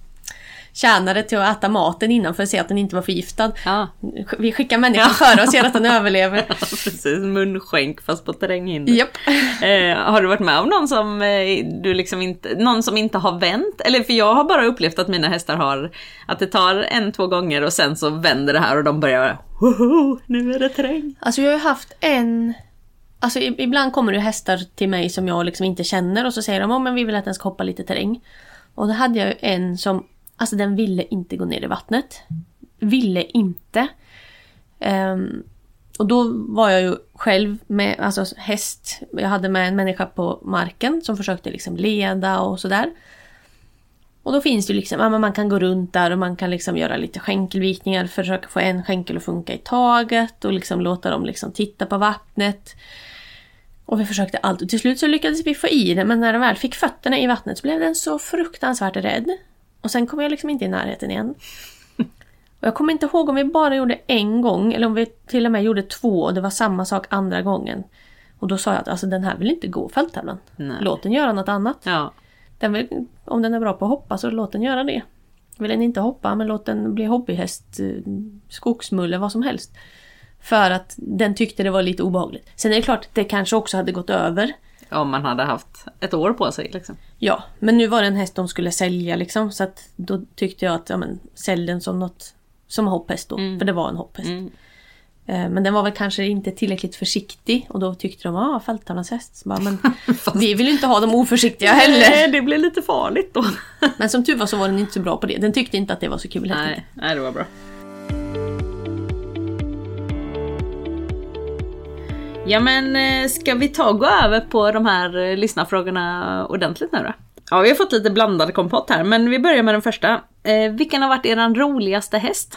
tjänare till att äta maten innan för att se att den inte var förgiftad. Ja. Vi skickar människan ja. före och ser att den överlever. Ja, precis, munskänk fast på terränghinder. Japp. Eh, har du varit med om någon som eh, du liksom inte, någon som inte har vänt? Eller för jag har bara upplevt att mina hästar har, att det tar en, två gånger och sen så vänder det här och de börjar, woho, nu är det terräng. Alltså jag har haft en, alltså ibland kommer det hästar till mig som jag liksom inte känner och så säger de, oh, men vi vill att den ska hoppa lite terräng. Och då hade jag en som, alltså den ville inte gå ner i vattnet. Ville inte. Um, och då var jag ju själv med, alltså häst. Jag hade med en människa på marken som försökte liksom leda och sådär. Och då finns det liksom, ja, man kan gå runt där och man kan liksom göra lite skänkelvikningar, försöka få en skänkel att funka i taget och liksom låta dem liksom titta på vattnet. Och vi försökte allt och till slut så lyckades vi få i det, men när den väl fick fötterna i vattnet så blev den så fruktansvärt rädd. Och sen kom jag liksom inte i närheten igen. Och jag kommer inte ihåg om vi bara gjorde en gång eller om vi till och med gjorde två och det var samma sak andra gången. Och då sa jag att alltså, den här vill inte gå fälttävlan. Nej. Låt den göra något annat. Ja. Den vill, om den är bra på att hoppa så låt den göra det. Vill den inte hoppa, men låt den bli hobbyhäst, skogsmulle, vad som helst. För att den tyckte det var lite obehagligt. Sen är det klart, det kanske också hade gått över. Om man hade haft ett år på sig liksom. Ja, men nu var det en häst de skulle sälja liksom. Så att då tyckte jag att, ja men, sälj den som något, som hopphäst då. Mm. För det var en hopphäst. Mm. Men den var väl kanske inte tillräckligt försiktig. Och då tyckte de, ja, fälttävlans häst. Bara, men vi vill ju inte ha dem oförsiktiga heller. Nej, det blir lite farligt då. Men som tur var så var den inte så bra på det. Den tyckte inte att det var så kul. Nej, nej, det var bra. Ja, men ska vi ta och gå över på de här lyssnarfrågorna ordentligt nu då? Ja, vi har fått lite blandad kompott här, men vi börjar med den första. Eh, vilken har varit er roligaste häst?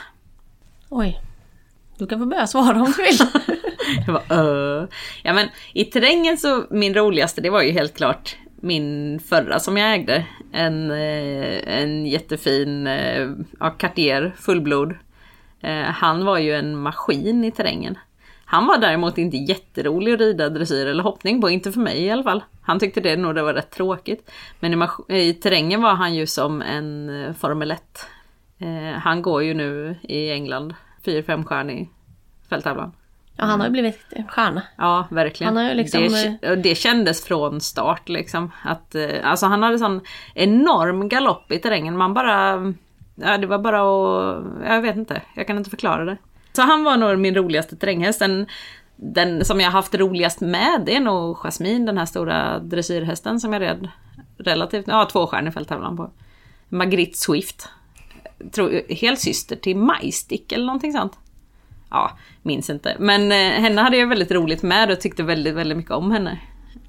Oj, du kan få börja svara om du vill. Jag bara, uh. Ja, men i terrängen så min roligaste, det var ju helt klart min förra som jag ägde. En, eh, en jättefin eh, Cartier fullblod. Eh, han var ju en maskin i terrängen. Han var däremot inte jätterolig att rida dressyr eller hoppning på, inte för mig i alla fall. Han tyckte det nog det var rätt tråkigt. Men i, mas- i terrängen var han ju som en uh, Formel ett. Eh, han går ju nu i England, fyra fem stjärnig fälttävlan. Ja, han har ju blivit en stjärna. Ja, verkligen. Han har ju liksom... det, det kändes från start liksom. Att, uh, alltså han hade sån enorm galopp i terrängen. Man bara... Ja, det var bara att... Jag vet inte, jag kan inte förklara det. Så han var nog min roligaste terränghäst. Den, den som jag haft roligast med, det är nog Jasmine, den här stora dressyrhästen som jag red relativt, ja, tvåstjärnig fälttävlan på. Magritte Swift. Tror, helt syster till Majstick eller någonting sånt. Ja, minns inte. Men eh, henne hade jag väldigt roligt med och tyckte väldigt, väldigt mycket om henne.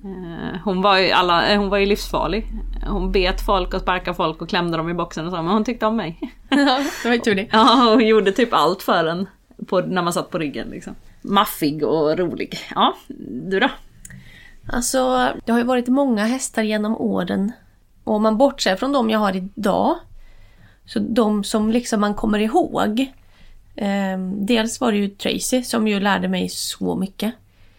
Eh, hon, var ju alla, hon var ju livsfarlig. Hon bet folk och sparkade folk och klämde dem i boxen och så, men hon tyckte om mig. Ja, det var ju tur det. Ja, hon gjorde typ allt för en. På, när man satt på ryggen liksom. Maffig och rolig. Ja, du då? Alltså, det har ju varit många hästar genom åren. Och om man bortser från dem jag har idag, så de som liksom man kommer ihåg. Eh, dels var det ju Tracy som ju lärde mig så mycket.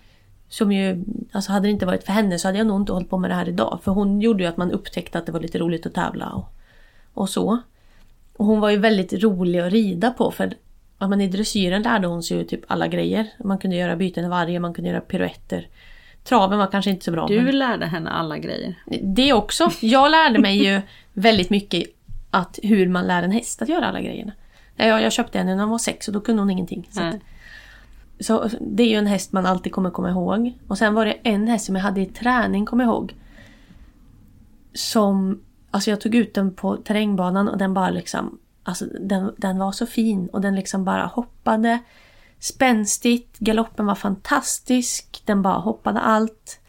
Som ju, alltså hade det inte varit för henne så hade jag nog inte hållit på med det här idag. För hon gjorde ju att man upptäckte att det var lite roligt att tävla och, och så. Och hon var ju väldigt rolig att rida på, för ja, men i dressyren lärde hon sig ju typ alla grejer. Man kunde göra byten i varje, man kunde göra piruetter. Traven var kanske inte så bra. Du men... lärde henne alla grejer. Det också. Jag lärde mig ju väldigt mycket att hur man lär en häst att göra alla grejerna. Jag, jag köpte henne när hon var sex och då kunde hon ingenting. Så, att, så det är ju en häst man alltid kommer komma ihåg. Och sen var det en häst som jag hade i träning, kommer ihåg. Som, alltså jag tog ut den på terrängbanan och den bara liksom... Alltså den, den var så fin och den liksom bara hoppade spänstigt, galoppen var fantastisk, den bara hoppade allt.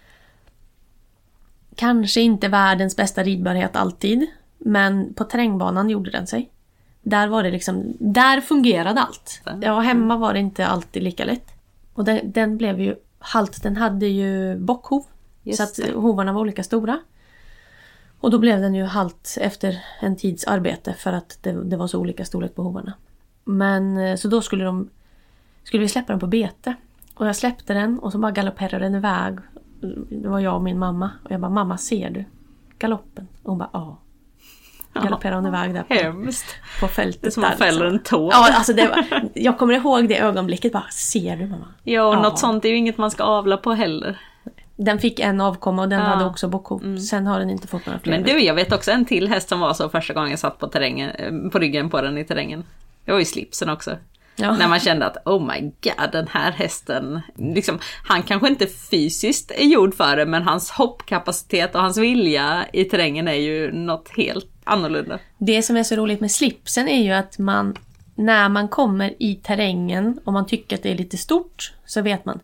Kanske inte världens bästa ridbarhet alltid, men på terrängbanan gjorde den sig. Där var det liksom, där fungerade allt. Ja, hemma var det inte alltid lika lätt. Och den, den blev ju halt, den hade ju bockhov. Just så att det. Hovarna var olika stora. Och då blev den ju halt efter en tids arbete för att det, det var så olika storlek på hovarna. Men så då skulle de skulle vi släppa den på bete. Och jag släppte den och så bara galopperade den iväg. Det var jag och min mamma. Och jag bara, mamma, ser du galoppen? Och hon bara, ja. Galopperade hon iväg där på, hemskt. På fältet. Det är som man fäller en tår. Ja, alltså det var, jag kommer ihåg det ögonblicket. Bara, ser du, mamma? Ja, och ja. Något sånt är ju inget man ska avla på heller. Den fick en avkomma och den ja. hade också bockhov. Mm. Sen har den inte fått några fler. Men du, jag vet också en till häst som var så första gången jag satt på, terrängen, på ryggen på den i terrängen. Det var ju slipsen också. Ja. När man kände att, oh my god, den här hästen, liksom, han kanske inte fysiskt är gjord för det, men hans hoppkapacitet och hans vilja i terrängen är ju något helt annorlunda. Det som är så roligt med slipsen är ju att man, när man kommer i terrängen och man tycker att det är lite stort, så vet man,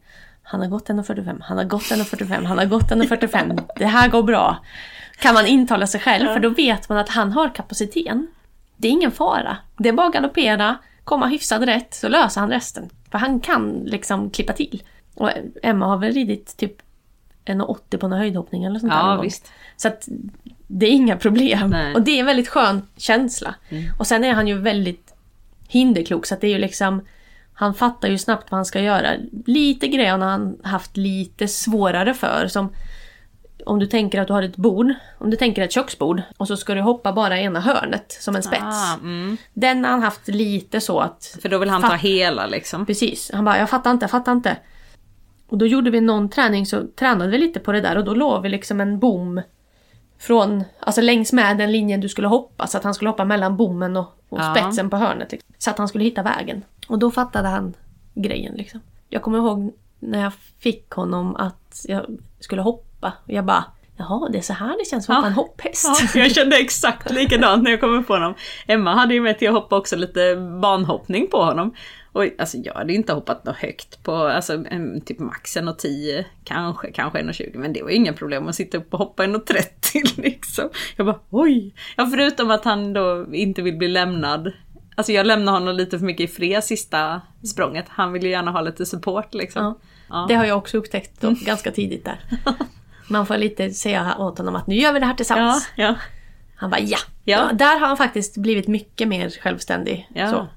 Han har gått en fyrtiofem, han har gått en fyrtiofem, han har gått en fyrtiofem. Det här går bra. Kan man intala sig själv, för då vet man att han har kapaciteten. Det är ingen fara. Det är bara att galoppera, komma hyfsad rätt, så löser han resten. För han kan liksom klippa till. Och Emma har väl ridit typ en åttio på en höjdhoppning eller sånt ja, där. Visst. Så att det är inga problem. Nej. Och det är en väldigt skön känsla. Mm. Och sen är han ju väldigt hinderklok, så att det är ju liksom, han fattar ju snabbt vad han ska göra. Lite grejer har han haft lite svårare för, som om du tänker att du har ett bord, om du tänker ett köksbord och så ska du hoppa bara ena hörnet som en spets. Ah, mm. Den har han haft lite så att... För då vill han fatt... ta hela liksom. Precis. Han bara, jag fattar inte, jag fattar inte. Och då gjorde vi någon träning, så tränade vi lite på det där och då låg vi liksom en bom från, alltså längs med den linjen du skulle hoppa, så att han skulle hoppa mellan bommen och, och ja. spetsen på hörnet. Liksom, så att han skulle hitta vägen. Och då fattade han grejen liksom. Jag kommer ihåg när jag fick honom att jag skulle hoppa. Och jag bara, jaha, det är så här det känns som ja. en hopphäst. Ja, jag kände exakt likadant när jag kom på honom. Emma hade ju med till att hoppa också lite banhoppning på honom. Och alltså jag hade inte hoppat något högt på, alltså typ max en och tio, kanske, kanske en och tjugo. Men det var inga problem att sitta upp och hoppa en och trettio liksom. Jag bara, oj. Ja, förutom att han då inte vill bli lämnad. Alltså jag lämnar honom lite för mycket i fred sista språnget. Han vill ju gärna ha lite support liksom. Ja. Ja. Det har jag också upptäckt då, mm. ganska tidigt där. Man får lite säga åt honom att nu gör vi det här tillsammans. Ja, ja. Han bara ja. Ja. ja. Där har han faktiskt blivit mycket mer självständig. Ja. Så.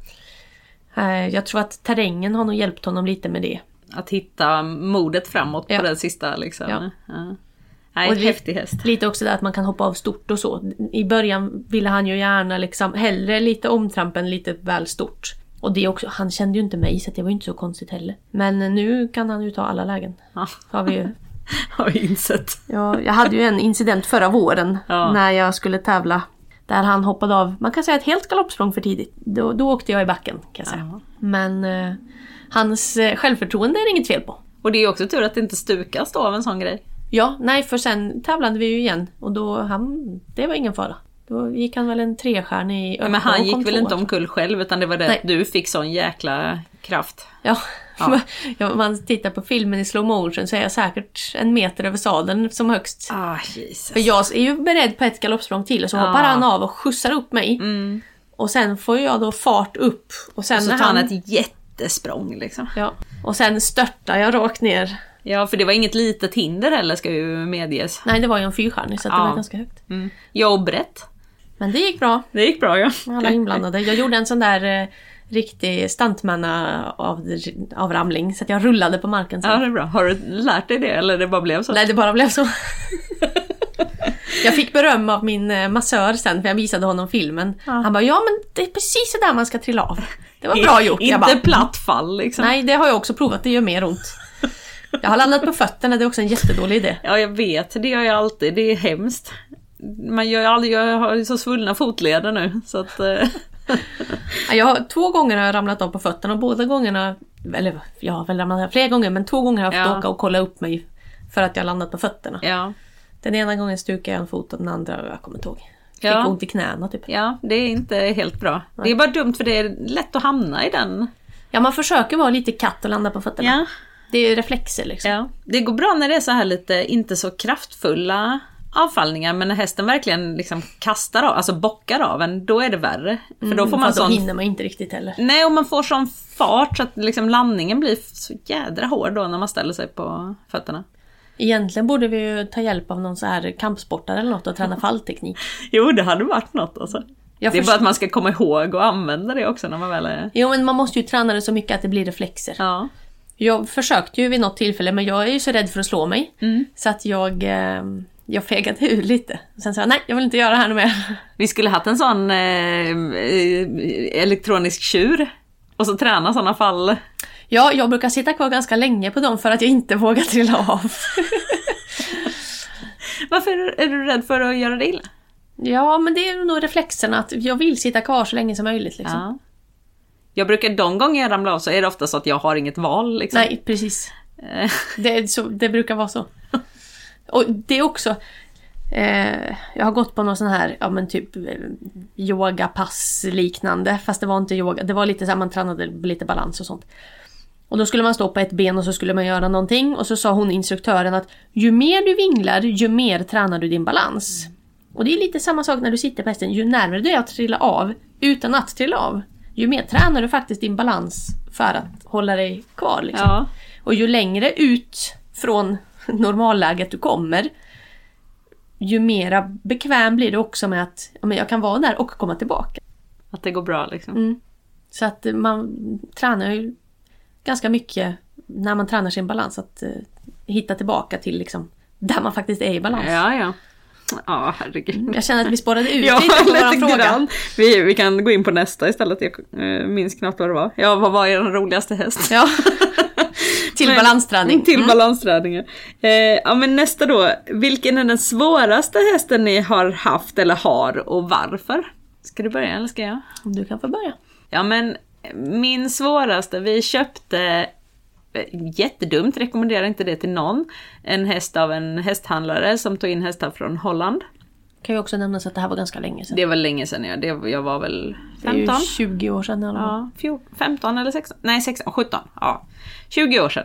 Jag tror att terrängen har nog hjälpt honom lite med det. Att hitta modet framåt ja. på den sista liksom. Ja. Ja. Nej, och häftig häst. Lite också där att man kan hoppa av stort och så. I början ville han ju gärna liksom hellre lite omtramp än lite väl stort. Och det också, han kände ju inte mig så det var ju inte så konstigt heller. Men nu kan han ju ta alla lägen. Ja. Har vi ju har vi insett. Ja, jag hade ju en incident förra våren ja. när jag skulle tävla. Där han hoppade av, man kan säga ett helt galoppsprång för tidigt. Då, då åkte jag i backen kan jag säga. Ja. Men eh, hans eh, självförtroende är det inget fel på. Och det är också tur att det inte stukas då av en sån grej. Ja, nej för sen tävlade vi ju igen. Och då, han, det var ingen fara. Då gick han väl en trestjärn i ja, men han gick väl inte omkull själv utan det var det nej. att du fick sån jäkla kraft. Ja, ja. ja man tittar på filmen i slow motion så är jag säkert en meter över sadeln som högst. Ah, Jesus. För jag är ju beredd på ett galoppsprång till och så ah. hoppar han av och skjutsar upp mig. Mm. Och sen får jag då fart upp. Och, sen och så tar han han ett jättesprång liksom. Ja, och sen störtar jag rakt ner. Ja, för det var inget litet hinder heller ska ju medges. Nej, det var ju en fyrstjärnig så ja. det var ganska högt. Mm. Jag och Brett. Men det gick bra. Det gick bra, ja. Alla inblandade. Jag gjorde en sån där eh, riktig stuntmanna av, avramling så att jag rullade på marken sen. Ja, det är bra. Har du lärt dig det eller det bara blev så? Nej, det bara blev så. Jag fick beröm av min massör sen för jag visade honom filmen. Ja. Han bara, ja men det är precis så där man ska trilla av. Det var bra gjort. Inte bara, platt fall liksom. Nej, det har jag också provat. Det gör mer ont. Jag har landat på fötterna, det är också en jättedålig idé. Ja, jag vet. Det gör jag alltid. Det är hemskt. Man gör aldrig, jag har så svullna fotleder nu. Så att, jag har, två gånger har jag ramlat av på fötterna och båda gångerna, eller jag har väl ramlat av flera gånger, men två gånger har jag fått ja. åka och kolla upp mig för att jag har landat på fötterna. Ja. Den ena gången stukade jag en fot och den andra jag kommer inte ihåg. Fick ja. ont i knäna typ. Ja, det är inte helt bra. Nej. Det är bara dumt för det är lätt att hamna i den. Ja, man försöker vara lite katt och landa på fötterna. Ja. Det är reflexer liksom. Ja. Det går bra när det är så här lite inte så kraftfulla avfallningar, men när hästen verkligen liksom kastar av, alltså bockar av en, då är det värre. Mm, för då får man för sån... hinner man inte riktigt heller. Nej, och man får sån fart så att liksom landningen blir så jädra hård då när man ställer sig på fötterna. Egentligen borde vi ju ta hjälp av någon så här kampsportare eller något och träna fallteknik. Jo, det hade varit något alltså. Jag det är först... bara att man ska komma ihåg och använda det också när man väl är... Jo, men man måste ju träna det så mycket att det blir reflexer. Ja. Jag försökte ju vid något tillfälle, men jag är ju så rädd för att slå mig. Mm. Så att jag, eh, jag fegade ur lite. Och sen sa jag, nej, jag vill inte göra det här mer. Vi skulle haft en sån eh, elektronisk tjur. Och så träna sådana fall. Ja, jag brukar sitta kvar ganska länge på dem för att jag inte vågar trilla av. Varför är du rädd för att göra det illa? Ja, men det är nog reflexen att jag vill sitta kvar så länge som möjligt. Liksom. Ja. Jag brukar, de gånger jag ramlar av så är det ofta så att jag har inget val. Liksom. Nej, precis. det, är så, det brukar vara så. Och det är också... Eh, jag har gått på någon sån här, ja men typ eh, yogapass liknande. Fast det var inte yoga, det var lite så här, man tränade lite balans och sånt. Och då skulle man stå på ett ben och så skulle man göra någonting. Och så sa hon instruktören att ju mer du vinglar, ju mer tränar du din balans. Mm. Och det är lite samma sak när du sitter på hästen. Ju närmare du är att trilla av utan att trilla av, ju mer tränar du faktiskt din balans för att hålla dig kvar. Liksom. Ja. Och ju längre ut från normalläget du kommer, ju mera bekväm blir du också med att ja, men jag kan vara där och komma tillbaka. Att det går bra liksom. Mm. Så att man tränar ju ganska mycket när man tränar sin balans att uh, hitta tillbaka till liksom, där man faktiskt är i balans. Ja, ja. Ja, herregud. Jag känner att vi spårade ut ja, lite på våran fråga. Vi, vi kan gå in på nästa istället. Jag uh, minns knappt vad det var. Ja, vad var er roligaste häst? Ja. Till men, balansträning. Till mm. balansträningen. Eh, ja, men nästa då. Vilken är den svåraste hästen ni har haft eller har och varför? Ska du börja eller ska jag? Du kan få börja. Ja, men min svåraste, vi köpte, jättedumt, rekommenderar inte det till någon, en häst av en hästhandlare som tog in hästar från Holland. Kan ju också nämnas att det här var ganska länge sedan. Det var länge sedan, ja. Det, jag var väl femton. Det är ju tjugo år sedan eller ja, fjorton, femton eller sexton. Nej, sexton, sjutton. Ja, tjugo år sedan.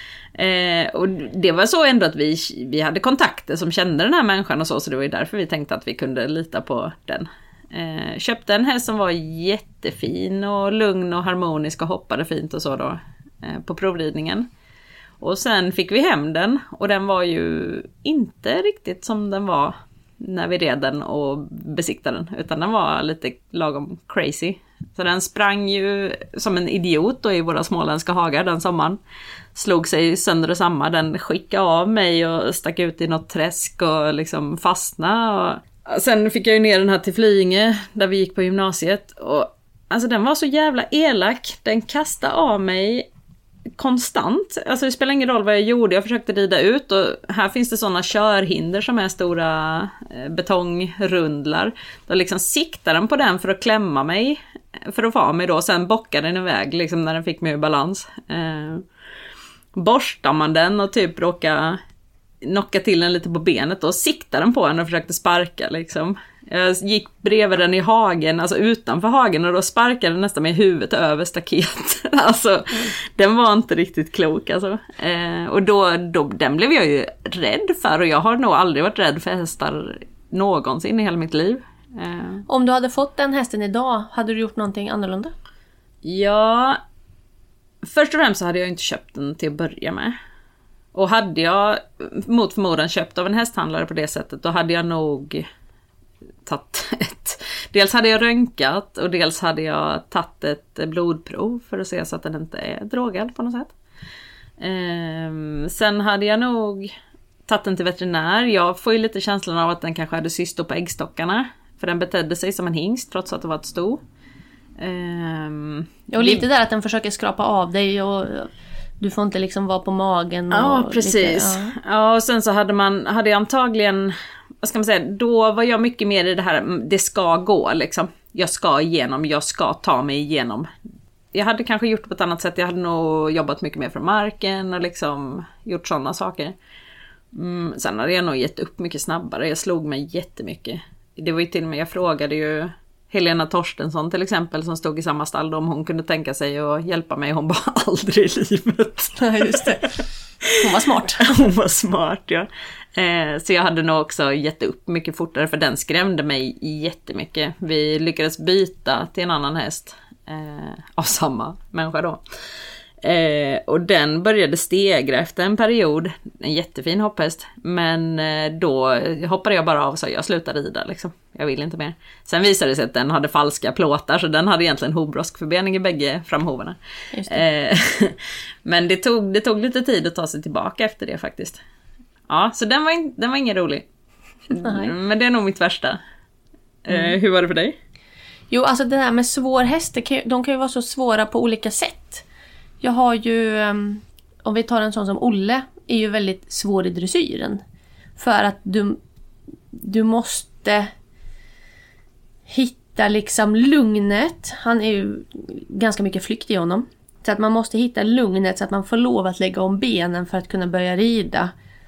Eh, och det var så ändå att vi, vi hade kontakter som kände den här människan och så, så det var ju därför vi tänkte att vi kunde lita på den. Eh, köpte en häst som var jättefin och lugn och harmonisk och hoppade fint och så då eh, på provridningen. Och sen fick vi hem den och den var ju inte riktigt som den var när vi red den och besiktade den, utan den var lite lagom crazy. Så den sprang ju som en idiot då i våra småländska hagar den sommaren. Slog sig sönder och samman, den skickade av mig och stack ut i något träsk och liksom fastnade. Och sen fick jag ju ner den här till Flyinge där vi gick på gymnasiet och alltså den var så jävla elak. Den kastade av mig konstant. Alltså det spelar ingen roll vad jag gjorde. Jag försökte rida ut och här finns det sådana körhinder som är stora betongrundlar. Då liksom siktar den på den för att klämma mig. För att få av mig då. Sen bockade den iväg liksom när den fick mig ur balans. Eh, borstar man den och typ råkar knocka till den lite på benet och siktar den på den och försökte sparka liksom. Jag gick bredvid den i hagen, alltså utanför hagen, och då sparkade den nästan med huvudet över staket. Alltså, mm. den var inte riktigt klok alltså. Eh, och då, då, den blev jag ju rädd för, och jag har nog aldrig varit rädd för hästar någonsin i hela mitt liv. Eh. Om du hade fått den hästen idag, hade du gjort någonting annorlunda? Ja, först och främst så hade jag inte köpt den till att börja med. Och hade jag mot förmodan köpt av en hästhandlare på det sättet, då hade jag nog tagit ett... Dels hade jag röntgat och dels hade jag tagit ett blodprov för att se så att den inte är drogad på något sätt. Ehm, sen hade jag nog tagit den till veterinär. Jag får ju lite känslan av att den kanske hade cystor på äggstockarna. För den betedde sig som en hingst trots att det var ett sto. Ehm, och lite där att den försöker skrapa av dig och... Du får inte liksom vara på magen. Och ja, precis. Lite, ja. ja, och sen så hade man hade jag antagligen, vad ska man säga, då var jag mycket mer i det här, det ska gå liksom. Jag ska igenom, jag ska ta mig igenom. Jag hade kanske gjort på ett annat sätt. Jag hade nog jobbat mycket mer från marken och liksom gjort sådana saker. Mm, sen hade jag nog gett upp mycket snabbare. Jag slog mig jättemycket. Det var ju till och med, jag frågade ju Helena Torstensson till exempel som stod i samma stall om hon kunde tänka sig att hjälpa mig. Hon bara aldrig i livet. Ja, just det. Hon var smart. Hon var smart, ja. Eh, så jag hade nog också gett upp mycket fortare för den skrämde mig jättemycket. Vi lyckades byta till en annan häst eh, av samma människa då. Eh, och den började stegra efter en period. En jättefin hopphäst. Men eh, då hoppade jag bara av så jag slutade rida liksom. Jag vill inte mer. Sen visade det sig att den hade falska plåtar. Så den hade egentligen hovbroskförbening i bägge framhovarna. Eh, men det tog, det tog lite tid att ta sig tillbaka efter det faktiskt. Ja, så den var, in, den var ingen rolig. Nej. Men det är nog mitt värsta. Eh, mm. Hur var det för dig? Jo, alltså det här med svår häst, kan, de kan ju vara så svåra på olika sätt. Jag har ju, om vi tar en sån som Olle, är ju väldigt svår i dressyren. För att du, du måste hitta liksom lugnet. Han är ju ganska mycket flykt i honom. Så att man måste hitta lugnet så att man får lov att lägga om benen för att kunna börja rida.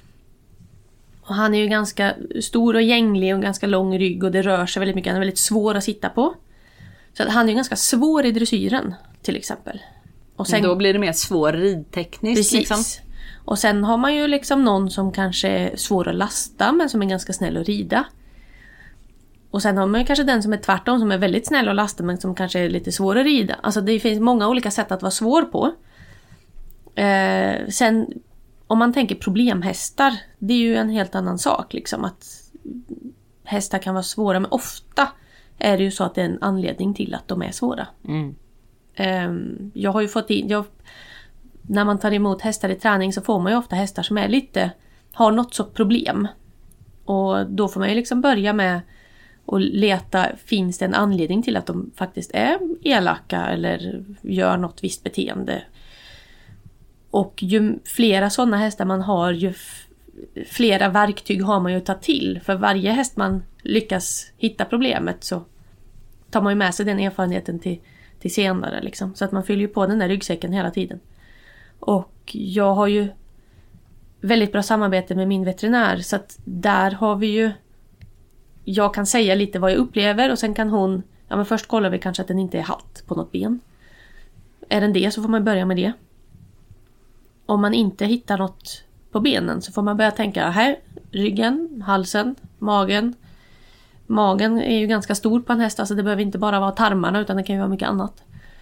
Och han är ju ganska stor och gänglig och ganska lång rygg och det rör sig väldigt mycket. Han är väldigt svår att sitta på. Så att han är ju ganska svår i dressyren till exempel. Och sen, då blir det mer svår ridtekniskt. Precis. Liksom. Och sen har man ju liksom någon som kanske är svår att lasta men som är ganska snäll att rida. Och sen har man ju kanske den som är tvärtom, som är väldigt snäll att lasta men som kanske är lite svår att rida. Alltså det finns många olika sätt att vara svår på. Eh, sen om man tänker problemhästar, det är ju en helt annan sak liksom, att hästar kan vara svåra, men ofta är det ju så att det är en anledning till att de är svåra. Mm. Eh, jag har ju fått in, jag, när man tar emot hästar i träning så får man ju ofta hästar som är lite, har något så problem. Och då får man ju liksom börja med att leta, finns det en anledning till att de faktiskt är elaka eller gör något visst beteende. Och ju flera sådana hästar man har, ju f- flera verktyg har man ju att ta till. För varje häst man lyckas hitta problemet så tar man ju med sig den erfarenheten till, till senare. Liksom. Så att man fyller ju på den där ryggsäcken hela tiden. Och jag har ju väldigt bra samarbete med min veterinär. Så att där har vi ju, jag kan säga lite vad jag upplever och sen kan hon, ja men först kollar vi kanske att den inte är halt på något ben. Är den det så får man börja med det. Om man inte hittar något på benen så får man börja tänka här, ryggen, halsen, magen. Magen är ju ganska stor på en häst, alltså det behöver inte bara vara tarmarna utan det kan ju vara mycket annat.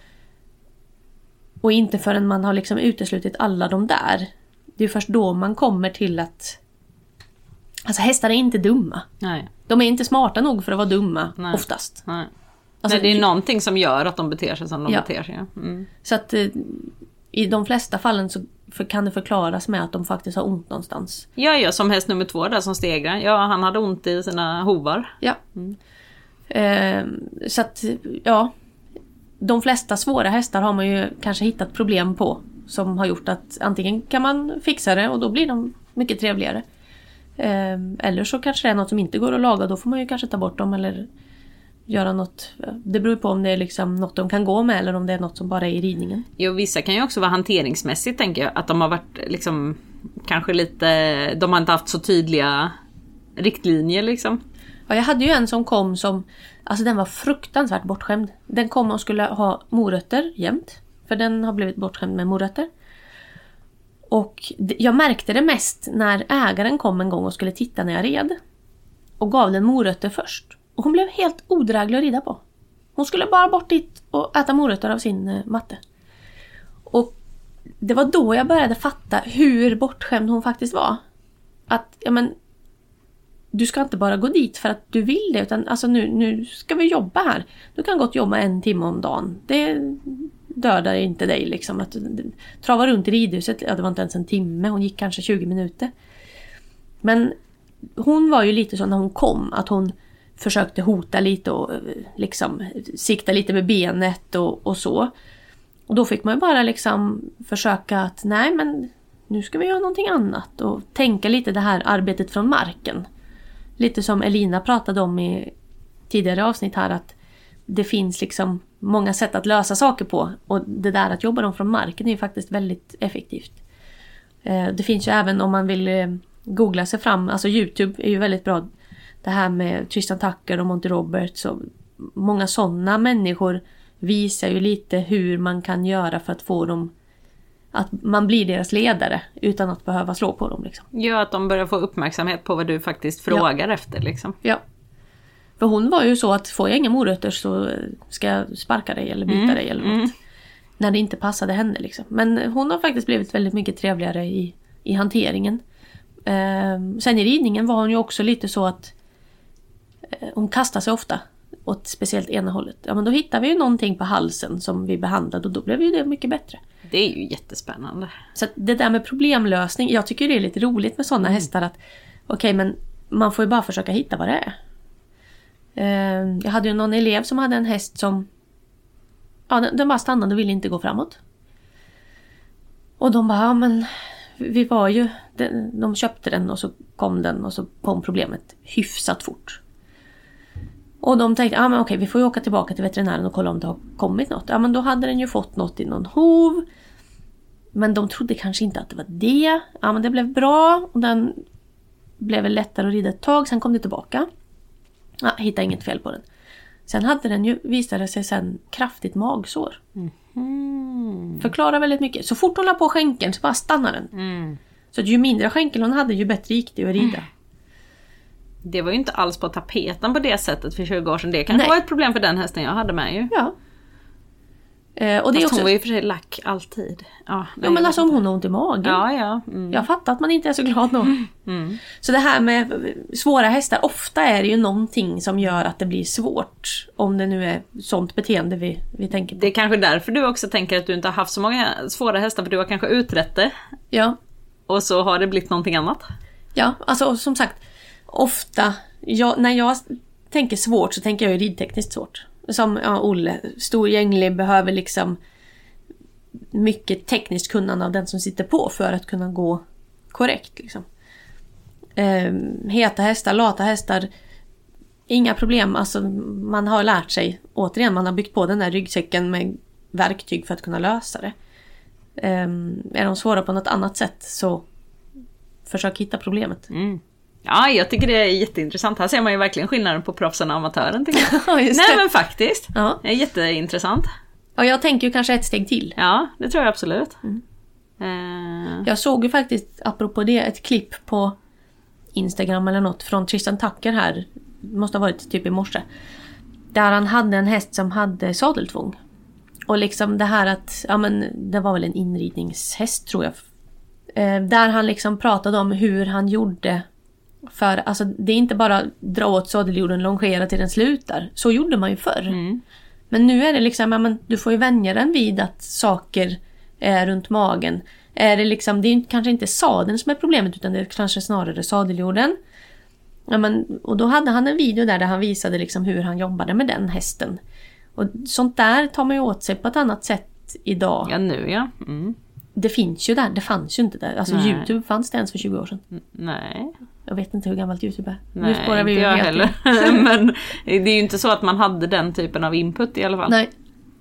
Och inte förrän man har liksom uteslutit alla de där. Det är först då man kommer till att, alltså hästar är inte dumma. Nej. De är inte smarta nog för att vara dumma. Nej. Oftast. Nej. Alltså, Nej, det är någonting som gör att de beter sig som de ja. beter sig. Mm. Så att i de flesta fallen så kan det förklaras med att de faktiskt har ont någonstans. Ja, ja, som häst nummer två där som stegrar. Ja, han hade ont i sina hovar. Ja. Mm. Eh, så att, ja. De flesta svåra hästar har man ju kanske hittat problem på. Som har gjort att antingen kan man fixa det och då blir de mycket trevligare. Eh, eller så kanske det är något som inte går att laga. Då får man ju kanske ta bort dem eller göra något. Det beror på om det är liksom något de kan gå med eller om det är något som bara är i ridningen. Jo, vissa kan ju också vara hanteringsmässigt, tänker jag. Att de har varit liksom kanske lite, de har inte haft så tydliga riktlinjer liksom. Ja, jag hade ju en som kom som, alltså den var fruktansvärt bortskämd. Den kom och skulle ha morötter jämt. För den har blivit bortskämd med morötter. Och jag märkte det mest när ägaren kom en gång och skulle titta när jag red. Och gav den morötter först. Och hon blev helt odräglig att rida på. Hon skulle bara bort dit och äta morötter av sin eh, matte. Och det var då jag började fatta hur bortskämd hon faktiskt var. Att, ja men, du ska inte bara gå dit för att du vill det. Utan alltså nu, nu ska vi jobba här. Du kan gott jobba en timme om dagen. Det dödar inte dig liksom. Att trava runt i ridhuset, ja det var inte ens en timme. Hon gick kanske tjugo minuter. Men hon var ju lite så när hon kom. Att hon försökte hota lite och liksom sikta lite med benet och, och så. Och då fick man ju bara liksom försöka att nej men nu ska vi göra någonting annat. Och tänka lite det här arbetet från marken. Lite som Elina pratade om i tidigare avsnitt här, att det finns liksom många sätt att lösa saker på. Och det där att jobba dem från marken är ju faktiskt väldigt effektivt. Det finns ju även om man vill googla sig fram, alltså YouTube är ju väldigt bra. Det här med Tristan Tucker och Monty Roberts och många sådana människor visar ju lite hur man kan göra för att få dem, att man blir deras ledare utan att behöva slå på dem. Liksom. Ja, att de börjar få uppmärksamhet på vad du faktiskt frågar ja. efter. Liksom. Ja, för hon var ju så att får jag inga morötter så ska jag sparka dig eller bita mm. dig eller något. Mm. När det inte passade henne. Liksom. Men hon har faktiskt blivit väldigt mycket trevligare i, i hanteringen. Eh, sen i ridningen var hon ju också lite så att eh, hon kastar sig ofta åt speciellt ena hållet. Ja, men då hittar vi ju någonting på halsen som vi behandlade och då blev ju det mycket bättre. Det är ju jättespännande. Så att det där med problemlösning, jag tycker det är lite roligt med sådana mm. hästar att okej, okay, men man får ju bara försöka hitta vad det är. Eh, jag hade ju någon elev som hade en häst som ja, den, den bara stannade och ville inte gå framåt. Och de bara, ja men vi var ju, de, de köpte den och så kom den och så kom problemet hyfsat fort. Och de tänkte, ja men okej, vi får ju åka tillbaka till veterinären och kolla om det har kommit något. Ja men då hade den ju fått något i någon hov. Men de trodde kanske inte att det var det. Ja men det blev bra och den blev väl lättare att rida ett tag. Sen kom det tillbaka. Ja, hittade inget fel på den. Sen hade den ju, visade sig sen, kraftigt magsår. Mm. Mm. Förklarar väldigt mycket. Så fort hon la på skänkeln så bara stannar den. Mm. Så att ju mindre skänkel hon hade, ju bättre gick det att rida. Mm. Det var ju inte alls på tapeten på det sättet för tjugo år sedan. Det kanske var ett problem för den hästen jag hade med ju. Ja. Eh, och det är också... hon var ju för sig lack alltid. Ja, ja men alltså om hon har ont i magen. Ja, ja. Mm. Jag fattar att man inte är så glad då. Mm. Mm. Så det här med svåra hästar, ofta är det ju någonting som gör att det blir svårt. Om det nu är sånt beteende vi, vi tänker på. Det är kanske därför du också tänker att du inte har haft så många svåra hästar, för du har kanske utrett det. Ja. Och så har det blivit någonting annat. Ja, alltså som sagt, ofta, jag, när jag tänker svårt så tänker jag ju ridtekniskt svårt. Som ja, Olle, stor gänglig, behöver liksom mycket tekniskt kunnande av den som sitter på för att kunna gå korrekt. Liksom. Ehm, heta hästar, lata hästar, inga problem. Alltså, man har lärt sig, återigen, man har byggt på den där ryggsäcken med verktyg för att kunna lösa det. Ehm, är de svåra på något annat sätt så försök hitta problemet. Mm. Ja, jag tycker det är jätteintressant. Här ser man ju verkligen skillnaden på proffsen och amatören. Ja, just Nej, det. men faktiskt. Ja. Det är jätteintressant. Och jag tänker ju kanske ett steg till. Ja, det tror jag absolut. Mm. Uh... Jag såg ju faktiskt, apropå det, ett klipp på Instagram eller något från Tristan Tucker här. Det måste ha varit typ i morse. Där han hade en häst som hade sadeltvång. Och liksom det här att, ja men det var väl en inridningshäst tror jag. Uh, där han liksom pratade om hur han gjorde. För alltså, det är inte bara dra åt sadeljorden, longera till den slutar. Så gjorde man ju förr. Mm. Men nu är det liksom, ja, men du får ju vänja den vid att saker är runt magen. Är det liksom, det är kanske inte sadeln som är problemet, utan det är kanske snarare sadeljorden. Ja, men, och då hade han en video där, där han visade liksom hur han jobbade med den hästen. Och sånt där tar man ju åt sig på ett annat sätt idag. Ja, nu ja. Mm. Det finns ju där, det fanns ju inte där. Alltså Nej. YouTube fanns det ens för tjugo år sedan. Nej. Jag vet inte hur gammalt YouTube är. Nej, nu spårar vi inte jag heller. Men det är ju inte så att man hade den typen av input i alla fall. Nej.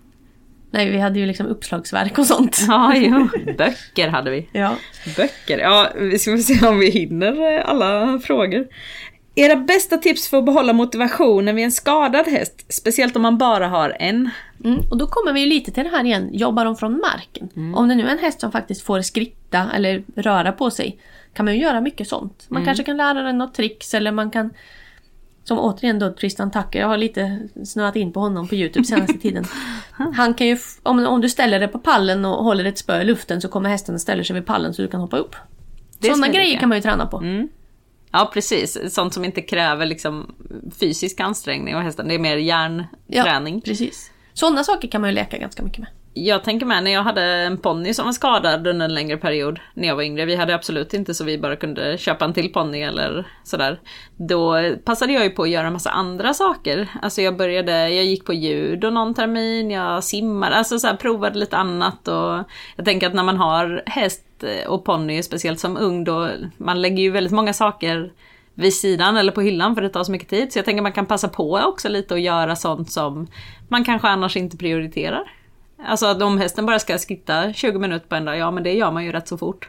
Nej, vi hade ju liksom uppslagsverk och sånt. Ja, jo. Böcker hade vi. Ja. Böcker. Ja, vi ska se om vi hinner alla frågor. Era bästa tips för att behålla motivationen vid en skadad häst, speciellt om man bara har en? Mm, och då kommer vi ju lite till det här igen. Jobbar de från marken? Mm. Om det nu är en häst som faktiskt får skritta eller röra på sig, kan man ju göra mycket sånt. Man mm. kanske kan lära den något tricks, eller man kan, som återigen då Tristan Tucker, jag har lite snöat in på honom på YouTube senaste tiden. Han kan ju, om, om du ställer dig på pallen och håller ett spö i luften, så kommer hästen och ställer sig vid pallen så du kan hoppa upp. Sådana grejer kan man ju träna på. Mm. Ja, precis. Sånt som inte kräver liksom fysisk ansträngning och hästen. Det är mer hjärnträning. Ja, precis. Sådana saker kan man ju leka ganska mycket med. Jag tänker med, när jag hade en ponny som var skadad under en längre period när jag var yngre. Vi hade absolut inte så vi bara kunde köpa en till ponny eller sådär. Då passade jag ju på att göra en massa andra saker. Alltså jag började, jag gick på judo någon termin, jag simmade, alltså så här, provade lite annat. Och jag tänker att när man har häst och ponny, speciellt som ung, då man lägger ju väldigt många saker vid sidan eller på hyllan för det tar så mycket tid. Så jag tänker att man kan passa på också lite och göra sånt som man kanske annars inte prioriterar. Alltså att om hästen bara ska skritta tjugo minuter på en dag, ja men det gör man ju rätt så fort.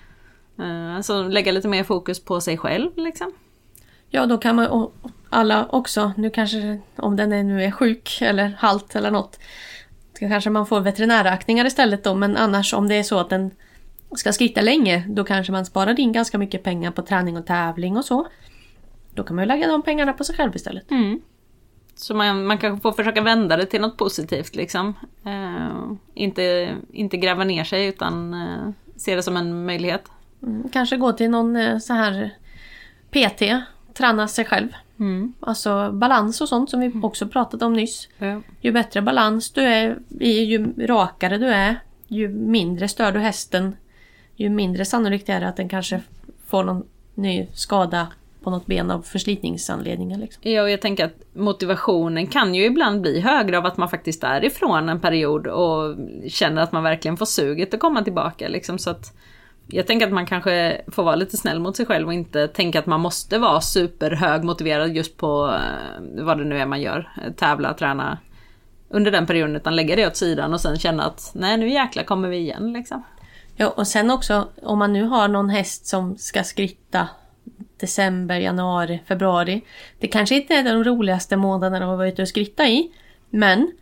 Alltså lägga lite mer fokus på sig själv liksom. Ja, då kan man, och alla också, nu kanske om den är, nu är sjuk eller halt eller något, så kanske man får veterinärräkningar istället då. Men annars om det är så att den ska skritta länge, då kanske man sparar in ganska mycket pengar på träning och tävling och så. Då kan man ju lägga de pengarna på sig själv istället. Mm. Så man, man kan få försöka vända det till något positivt liksom. Uh, inte, inte gräva ner sig, utan uh, se det som en möjlighet. Mm, kanske gå till någon uh, så här P T, träna sig själv. Mm. Alltså balans och sånt som vi också pratat om nyss. Mm. Ju bättre balans du är, ju rakare du är, ju mindre stör du hästen, ju mindre sannolikt är det att den kanske får någon ny skada på något ben av förslitningsanledningar. Liksom. Ja, och jag tänker att motivationen kan ju ibland bli högre av att man faktiskt är ifrån en period och känner att man verkligen får suget att komma tillbaka. Liksom. Så att jag tänker att man kanske får vara lite snäll mot sig själv och inte tänka att man måste vara superhög motiverad just på vad det nu är man gör. Tävla, träna under den perioden, utan lägga det åt sidan och sen känna att nej, nu jäkla kommer vi igen. Liksom. Ja, och sen också om man nu har någon häst som ska skritta december, januari, februari. Det kanske inte är de roligaste månaderna att vara ute och skritta i. Men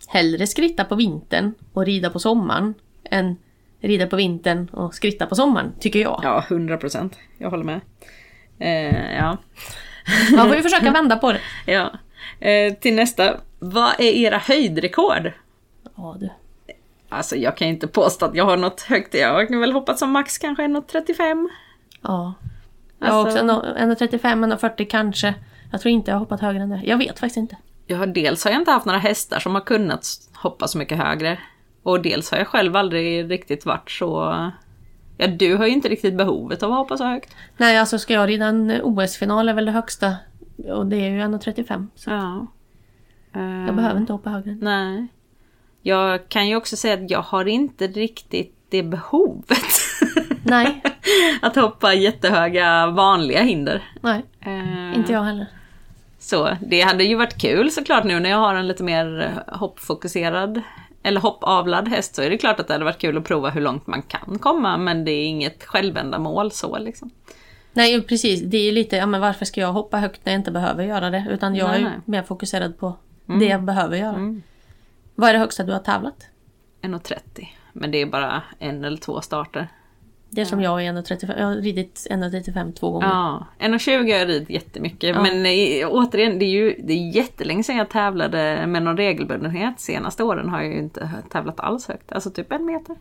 hellre skritta på vintern och rida på sommaren än rida på vintern och skritta på sommaren, tycker jag. Ja, hundra procent. Jag håller med. Eh, ja. Man får ju försöka vända på det. Ja. Eh, till nästa. Vad är era höjdrekord? Ja, du. Alltså jag kan inte påstå att jag har något högt. Jag kan väl hoppas som max kanske en komma trettiofem. Ja. Jag har Alltså, också en komma trettiofem, en komma fyrtio kanske. Jag tror inte jag har hoppat högre än det. Jag vet faktiskt inte. jag har, dels har jag inte haft några hästar som har kunnat hoppa så mycket högre. Och dels har jag själv aldrig riktigt varit så... Ja, du har ju inte riktigt behovet av att hoppa så högt. Nej, alltså ska jag rida en O S-final är väl det högsta. Och det är ju en komma trettiofem. Så Ja. jag Uh, behöver inte hoppa högre. Nej. Jag kan ju också säga att jag har inte riktigt det behovet. Nej. Att hoppa jättehöga vanliga hinder. Nej, Uh, inte jag heller. Så det hade ju varit kul såklart nu när jag har en lite mer hoppfokuserad eller hoppavlad häst, så är det klart att det hade varit kul att prova hur långt man kan komma, men det är inget självändamål så liksom. Nej, precis. Det är lite, ja men varför ska jag hoppa högt när jag inte behöver göra det? Utan jag nej, är nej. mer fokuserad på mm. det jag behöver göra. Mm. Vad är det högsta du har tävlat? en komma trettio. Men det är bara en eller två starter. Det är som ja. jag är en komma trettiofem. Jag har ridit en komma trettiofem två gånger. Ja, en komma tjugo har jag ridit jättemycket. Ja. Men äh, återigen, det är ju det är jättelänge sedan jag tävlade med någon regelbundenhet. Senaste åren har jag ju inte tävlat alls högt. Alltså typ en meter.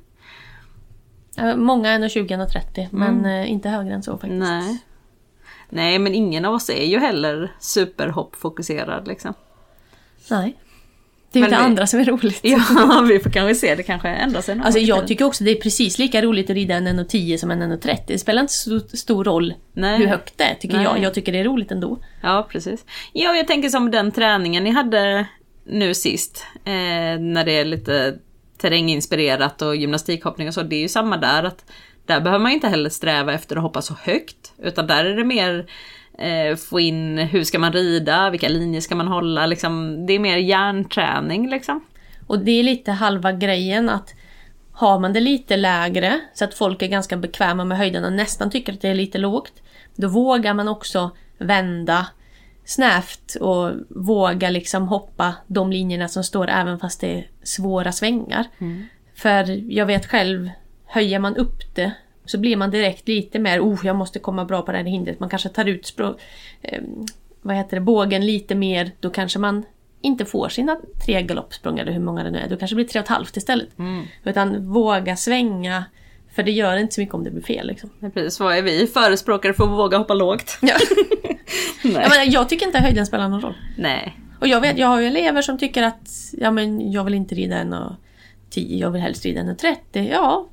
Ja, många en komma tjugo, en komma trettio. Mm. Men äh, inte högre än så faktiskt. Nej. Nej, men ingen av oss är ju heller superhoppfokuserad liksom. Nej. Det är ju det vi, andra som är roligt. Ja, vi får kanske se det kanske ändra sig. Alltså jag tycker också det är precis lika roligt att rida en komma tio som en komma trettio. Det spelar inte så stor roll Nej. hur högt det är, tycker Nej. jag. Jag tycker det är roligt ändå. Ja, precis. Ja, jag tänker som den träningen ni hade nu sist. Eh, när det är lite terränginspirerat och gymnastikhoppning och så. Det är ju samma där. Att där behöver man inte heller sträva efter att hoppa så högt. Utan där är det mer... få in hur ska man rida, vilka linjer ska man hålla liksom, det är mer hjärnträning liksom. Och det är lite halva grejen att har man det lite lägre så att folk är ganska bekväma med höjden och nästan tycker att det är lite lågt, då vågar man också vända snävt och våga liksom hoppa de linjerna som står även fast det är svåra svängar. Mm. För jag vet själv, höjer man upp det så blir man direkt lite mer, oh jag måste komma bra på det här hindret. Man kanske tar ut spro- eh, vad heter det, bågen lite mer. Då kanske man inte får sina tre galoppsprång eller hur många det nu är. Då kanske det blir tre och ett halvt istället. Mm. Utan våga svänga, för det gör inte så mycket om det blir fel. Liksom. Precis, vad är vi förespråkare för att våga hoppa lågt? Ja. Nej. Ja, men jag tycker inte att höjden spelar någon roll. Nej. Och jag vet, jag har ju elever som tycker att ja, men jag vill inte rida en och tio, jag vill helst rida en och trettio. Ja,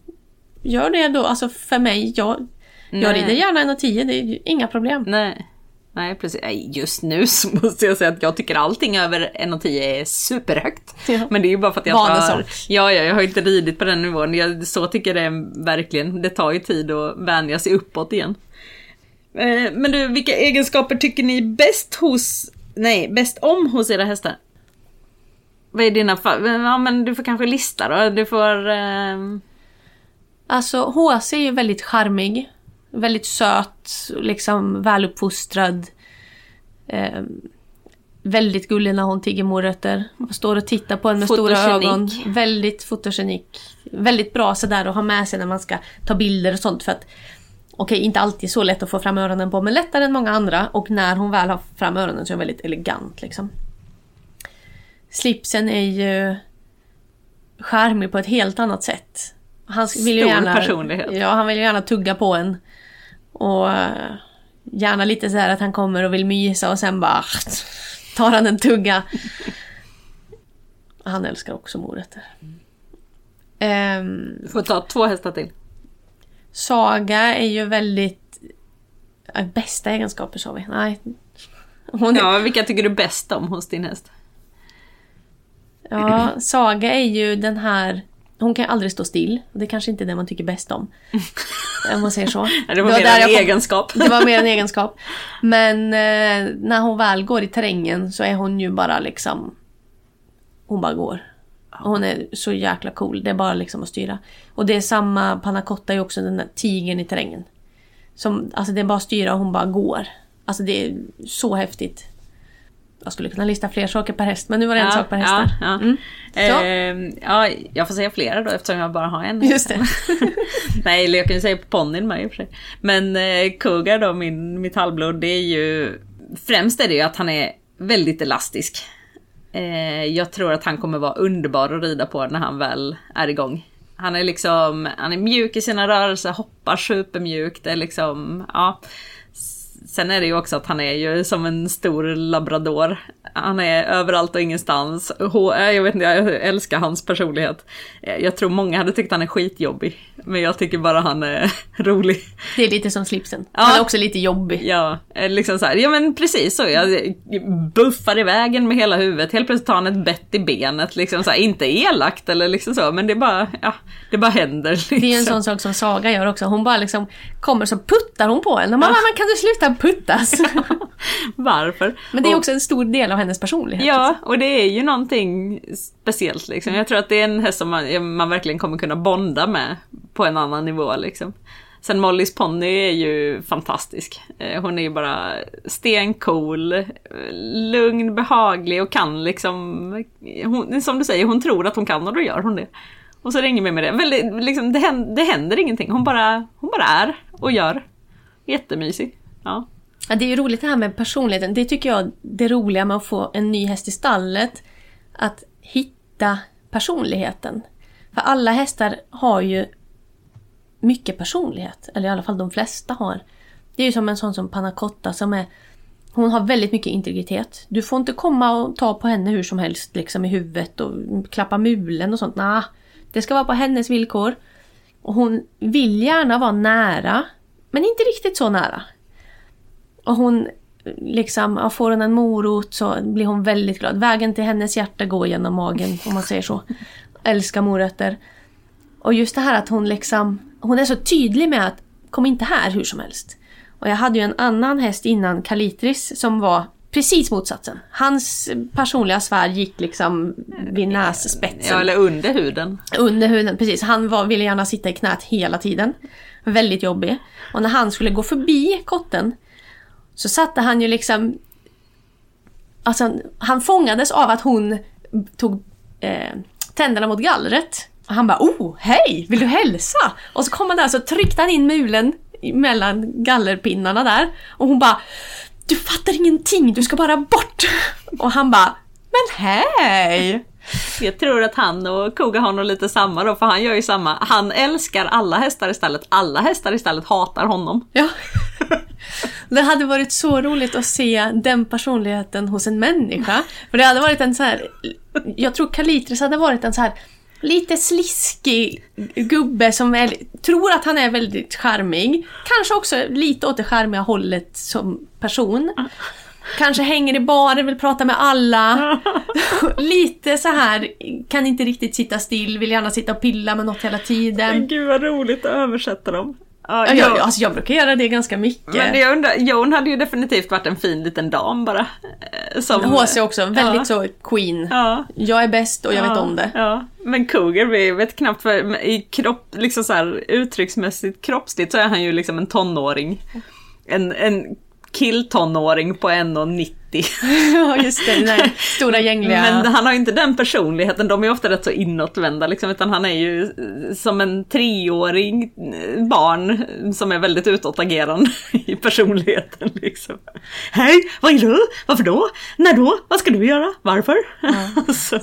gör det då. Alltså för mig, jag, jag rider gärna en och tio, det är inga problem. Nej. Nej, precis. Just nu så måste jag säga att jag tycker allting över en och tio är superhögt. Ja. Men det är ju bara för att jag har, ja, ja, jag har inte ridit på den nivån. Jag, så tycker det är verkligen. Det tar ju tid att vänja sig uppåt igen. Eh, men du, vilka egenskaper tycker ni bäst hos, nej, bäst om hos era hästar? Vad är dina, ja men du får kanske lista då. Du får... Eh... Alltså H C är ju väldigt charmig. Väldigt söt, liksom väluppfostrad. Eh, väldigt gullig när hon tigger morötter. Och står och tittar på en med stora ögon. Väldigt fotogenik. Väldigt bra sådär att ha med sig när man ska ta bilder och sånt. För att, okej, okay, inte alltid så lätt att få fram öronen på, men lättare än många andra. Och när hon väl har fram öronen så är hon väldigt elegant liksom. Slipsen är ju charmig på ett helt annat sätt. Han vill ju gärna, personlighet. Ja, han vill ju gärna tugga på en. Och gärna lite så här att han kommer och vill mysa och sen bara tar han en tugga. Han älskar också morötter. Mm. Um, du får ta två hästar till. Saga är ju väldigt äh, bästa egenskaper, sa vi. Nej. Hon är... Ja, vilka tycker du bäst om hos din häst? Ja, Saga är ju den här... Hon kan aldrig stå still. Och det är kanske inte är det man tycker bäst om. Om man säger så. Ja, det var, det var mer en kom... egenskap. Det var mer en egenskap. Men eh, när hon väl går i terrängen så är hon ju bara liksom... Hon bara går. Och hon är så jäkla cool. Det är bara liksom att styra. Och det är samma, Panacotta är också den där tigern i terrängen. Som, alltså det är bara att styra och hon bara går. Alltså det är så häftigt. Jag skulle kunna lista fler saker per häst, men nu var det en ja, sak per häst. Ja, ja. Mm. Eh, ja, jag får säga flera då eftersom jag bara har en. Just det. Nej, eller jag kan ju säga på ponnyn med i och för sig. Men eh, Cougar då, min, mitt halvblod, det är ju... Främst är det ju att han är väldigt elastisk. Eh, jag tror att han kommer vara underbar att rida på när han väl är igång. Han är liksom, han är mjuk i sina rörelser, hoppar supermjukt. Det är liksom, ja... Sen är det ju också att han är ju som en stor labrador. Han är överallt och ingenstans. Jag vet inte, jag älskar hans personlighet. Jag tror många hade tyckt han är skitjobbig. Men jag tycker bara han är rolig. Det är lite som Slipsen. Ja. Han är också lite jobbig. Ja, liksom så här. Ja men precis så. Jag buffar i vägen med hela huvudet. Helt plötsligt tar han ett bett i benet. Liksom så här. Inte elakt eller liksom så. Men det bara, ja, det bara händer. Liksom. Det är en sån sak som Saga gör också. Hon bara liksom kommer så puttar hon på en. Och man, ja. Man kan du sluta puttas? Varför? Men det är också en stor del av hennes personlighet. Ja, och det är ju någonting speciellt liksom. Jag tror att det är en häst som man, man verkligen kommer kunna bonda med på en annan nivå liksom. Sen Mollys ponny är ju fantastisk. Hon är ju bara stencool, lugn, behaglig och kan liksom, hon, som du säger, hon tror att hon kan och då gör hon det. Och så ringer vi med det. Väldigt, liksom, det, händer, det händer ingenting. Hon bara, hon bara är och gör. Jättemysig. Ja. Ja, det är ju roligt det här med personligheten. Det tycker jag det roliga med att få en ny häst i stallet. Att hitta personligheten. För alla hästar har ju mycket personlighet. Eller i alla fall de flesta har. Det är ju som en sån som Panna Cotta som är... Hon har väldigt mycket integritet. Du får inte komma och ta på henne hur som helst liksom i huvudet och klappa mulen och sånt. Nej, det ska vara på hennes villkor. Och hon vill gärna vara nära, men inte riktigt så nära. Och hon liksom, får hon en morot så blir hon väldigt glad. Vägen till hennes hjärta går genom magen, om man säger så. Älskar morötter. Och just det här att hon liksom, hon är så tydlig med att kom inte här hur som helst. Och jag hade ju en annan häst innan, Kalitris, som var precis motsatsen. Hans personliga svärd gick liksom vid nässpetsen. Ja, eller under huden. Under huden, precis. Han var, ville gärna sitta i knät hela tiden. Väldigt jobbig. Och när han skulle gå förbi kotten så satte han ju liksom... Alltså, han fångades av att hon tog eh, tänderna mot gallret. Och han bara, oh, hej, vill du hälsa? Och så kom han där så tryckte han in mulen mellan gallerpinnarna där. Och hon bara, du fattar ingenting, du ska bara bort. Och han bara, men hej! Jag tror att han och Cougar har nog lite samma då, för han gör ju samma. Han älskar alla hästar i stallet. Alla hästar i stallet hatar honom. Ja. Det hade varit så roligt att se den personligheten hos en människa. För det hade varit en så här, jag tror Kalitris hade varit en så här lite sliskig gubbe som är, tror att han är väldigt charmig. Kanske också lite åt det charmiga hållet som person. Kanske hänger i baren, vill prata med alla. Lite så här, kan inte riktigt sitta still, vill gärna sitta och pilla med något hela tiden. Gud vad roligt att översätta dem. Ja, jag, jag, alltså jag brukar göra det ganska mycket. Men jag undrar, Jon hade ju definitivt varit en fin liten dam bara. Som, H C också, väldigt ja. så queen. Ja. Jag är bäst och jag ja. vet om det. Ja. Men Cougar, vi vet knappt för, i kropp, liksom så här, uttrycksmässigt kroppsligt så är han ju liksom en tonåring. En, en killtonåring på en komma nittio. Ja, just det. Nej, stora gängliga. Men han har ju inte den personligheten. De är ofta rätt så inåtvända liksom, utan han är ju som en treåring barn som är väldigt utåtagerande i personligheten liksom. Hej, vad är du? Varför då? När då? Vad ska du göra? Varför? Ja, så.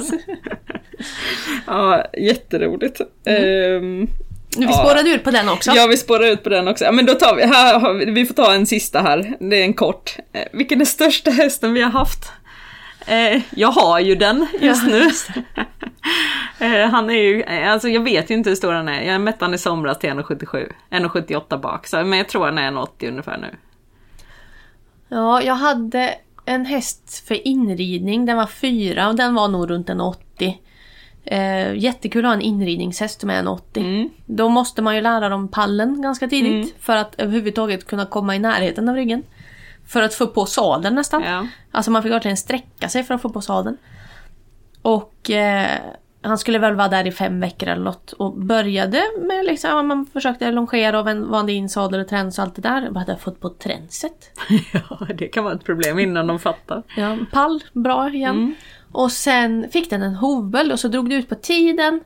Ja, jätteroligt. Mm. Um, Vi spårade ut på den också. Ja, vi spårar ut på den också. Ja, men då tar vi, här har vi, vi får ta en sista här. Det är en kort. Eh, vilken är största hästen vi har haft? Eh, jag har ju den just ja, nu. Just eh, han är ju, alltså jag vet ju inte hur stor han är. Jag mätte han i somras till en komma sjuttiosju. en komma sjuttioåtta bak. Så, men jag tror han är en komma åttio ungefär nu. Ja, jag hade en häst för inridning. Den var fyra och den var nog runt en åttio. Eh, jättekul att ha en inridningshäst som är en åttio. Mm. Då måste man ju lära dem pallen ganska tidigt. Mm. För att överhuvudtaget kunna komma i närheten av ryggen. För att få på sadeln nästan. Ja. Alltså man fick verkligen sträcka sig för att få på sadeln. Och eh, han skulle väl vara där i fem veckor eller något. Och började med liksom, man försökte longera och vände in sadel och träns och allt det där. Jag hade fått på tränset. Ja, det kan vara ett problem innan de fattar. Ja, pall, bra igen. Mm. Och sen fick den en hovböld och så drog det ut på tiden.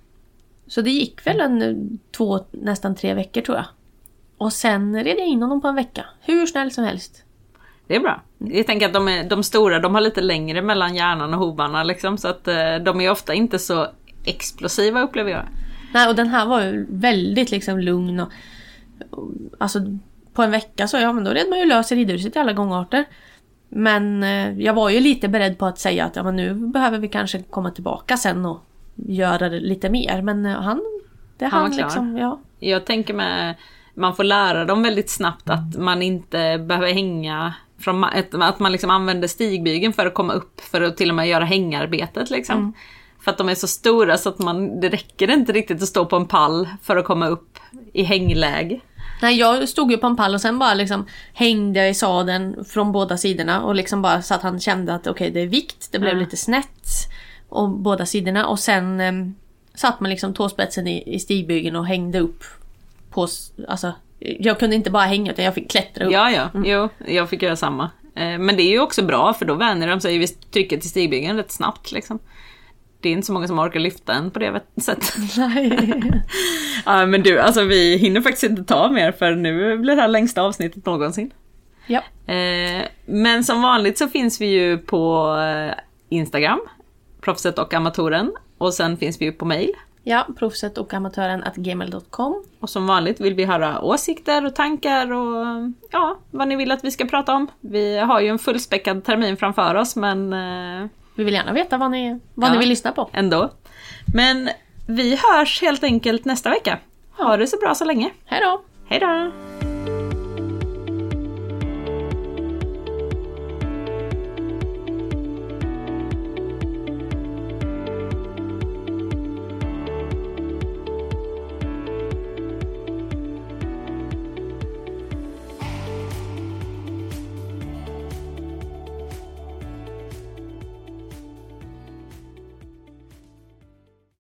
Så det gick väl en två, nästan tre veckor tror jag. Och sen red jag in honom på en vecka. Hur snäll som helst. Det är bra. Jag tänker att de, är, de stora, de har lite längre mellan hjärnan och hovarna liksom. Så att eh, de är ofta inte så explosiva upplever jag. Nej, och den här var ju väldigt liksom lugn. Och, och, alltså på en vecka så ja, men då red man ju lös i ridhuset i alla gångarter. Men eh, jag var ju lite beredd på att säga att ja, men nu behöver vi kanske komma tillbaka sen och göra det lite mer. Men eh, han, det han, han liksom, ja. Jag tänker med, man får lära dem väldigt snabbt att man inte behöver hänga från, att man liksom använder stigbygeln för att komma upp, för att till och med göra hängarbetet liksom. Mm. För att de är så stora så att man, det räcker inte riktigt att stå på en pall för att komma upp i hängläge. Nej, jag stod ju på en pall och sen bara liksom hängde i sadeln från båda sidorna och liksom bara så att han kände att okej, okay, det är vikt, det blev mm. lite snett och båda sidorna och sen eh, satt man liksom tåspetsen i, i stigbygeln och hängde upp på, alltså jag kunde inte bara hänga utan jag fick klättra upp. Ja, ja, mm. jo, jag fick göra samma. Eh, men det är ju också bra för då vänjer de sig vid trycket i stigbygeln rätt snabbt liksom. Det är inte så många som orkar lyfta en på det sättet. Nej. Ja, men du, alltså vi hinner faktiskt inte ta mer för nu blir det här längsta avsnittet någonsin. Ja. Eh, men som vanligt så finns vi ju på Instagram, Proffset och Amatören. Och sen finns vi ju på mail. Ja, proffset och amatören at gmail dot com. Och som vanligt vill vi höra åsikter och tankar och ja, vad ni vill att vi ska prata om. Vi har ju en fullspäckad termin framför oss, men... Eh, vi vill gärna veta vad ni, vad ja, ni vill lyssna på. Ändå. Men vi hörs helt enkelt nästa vecka. Ha det så bra så länge. Hej då! Hej då!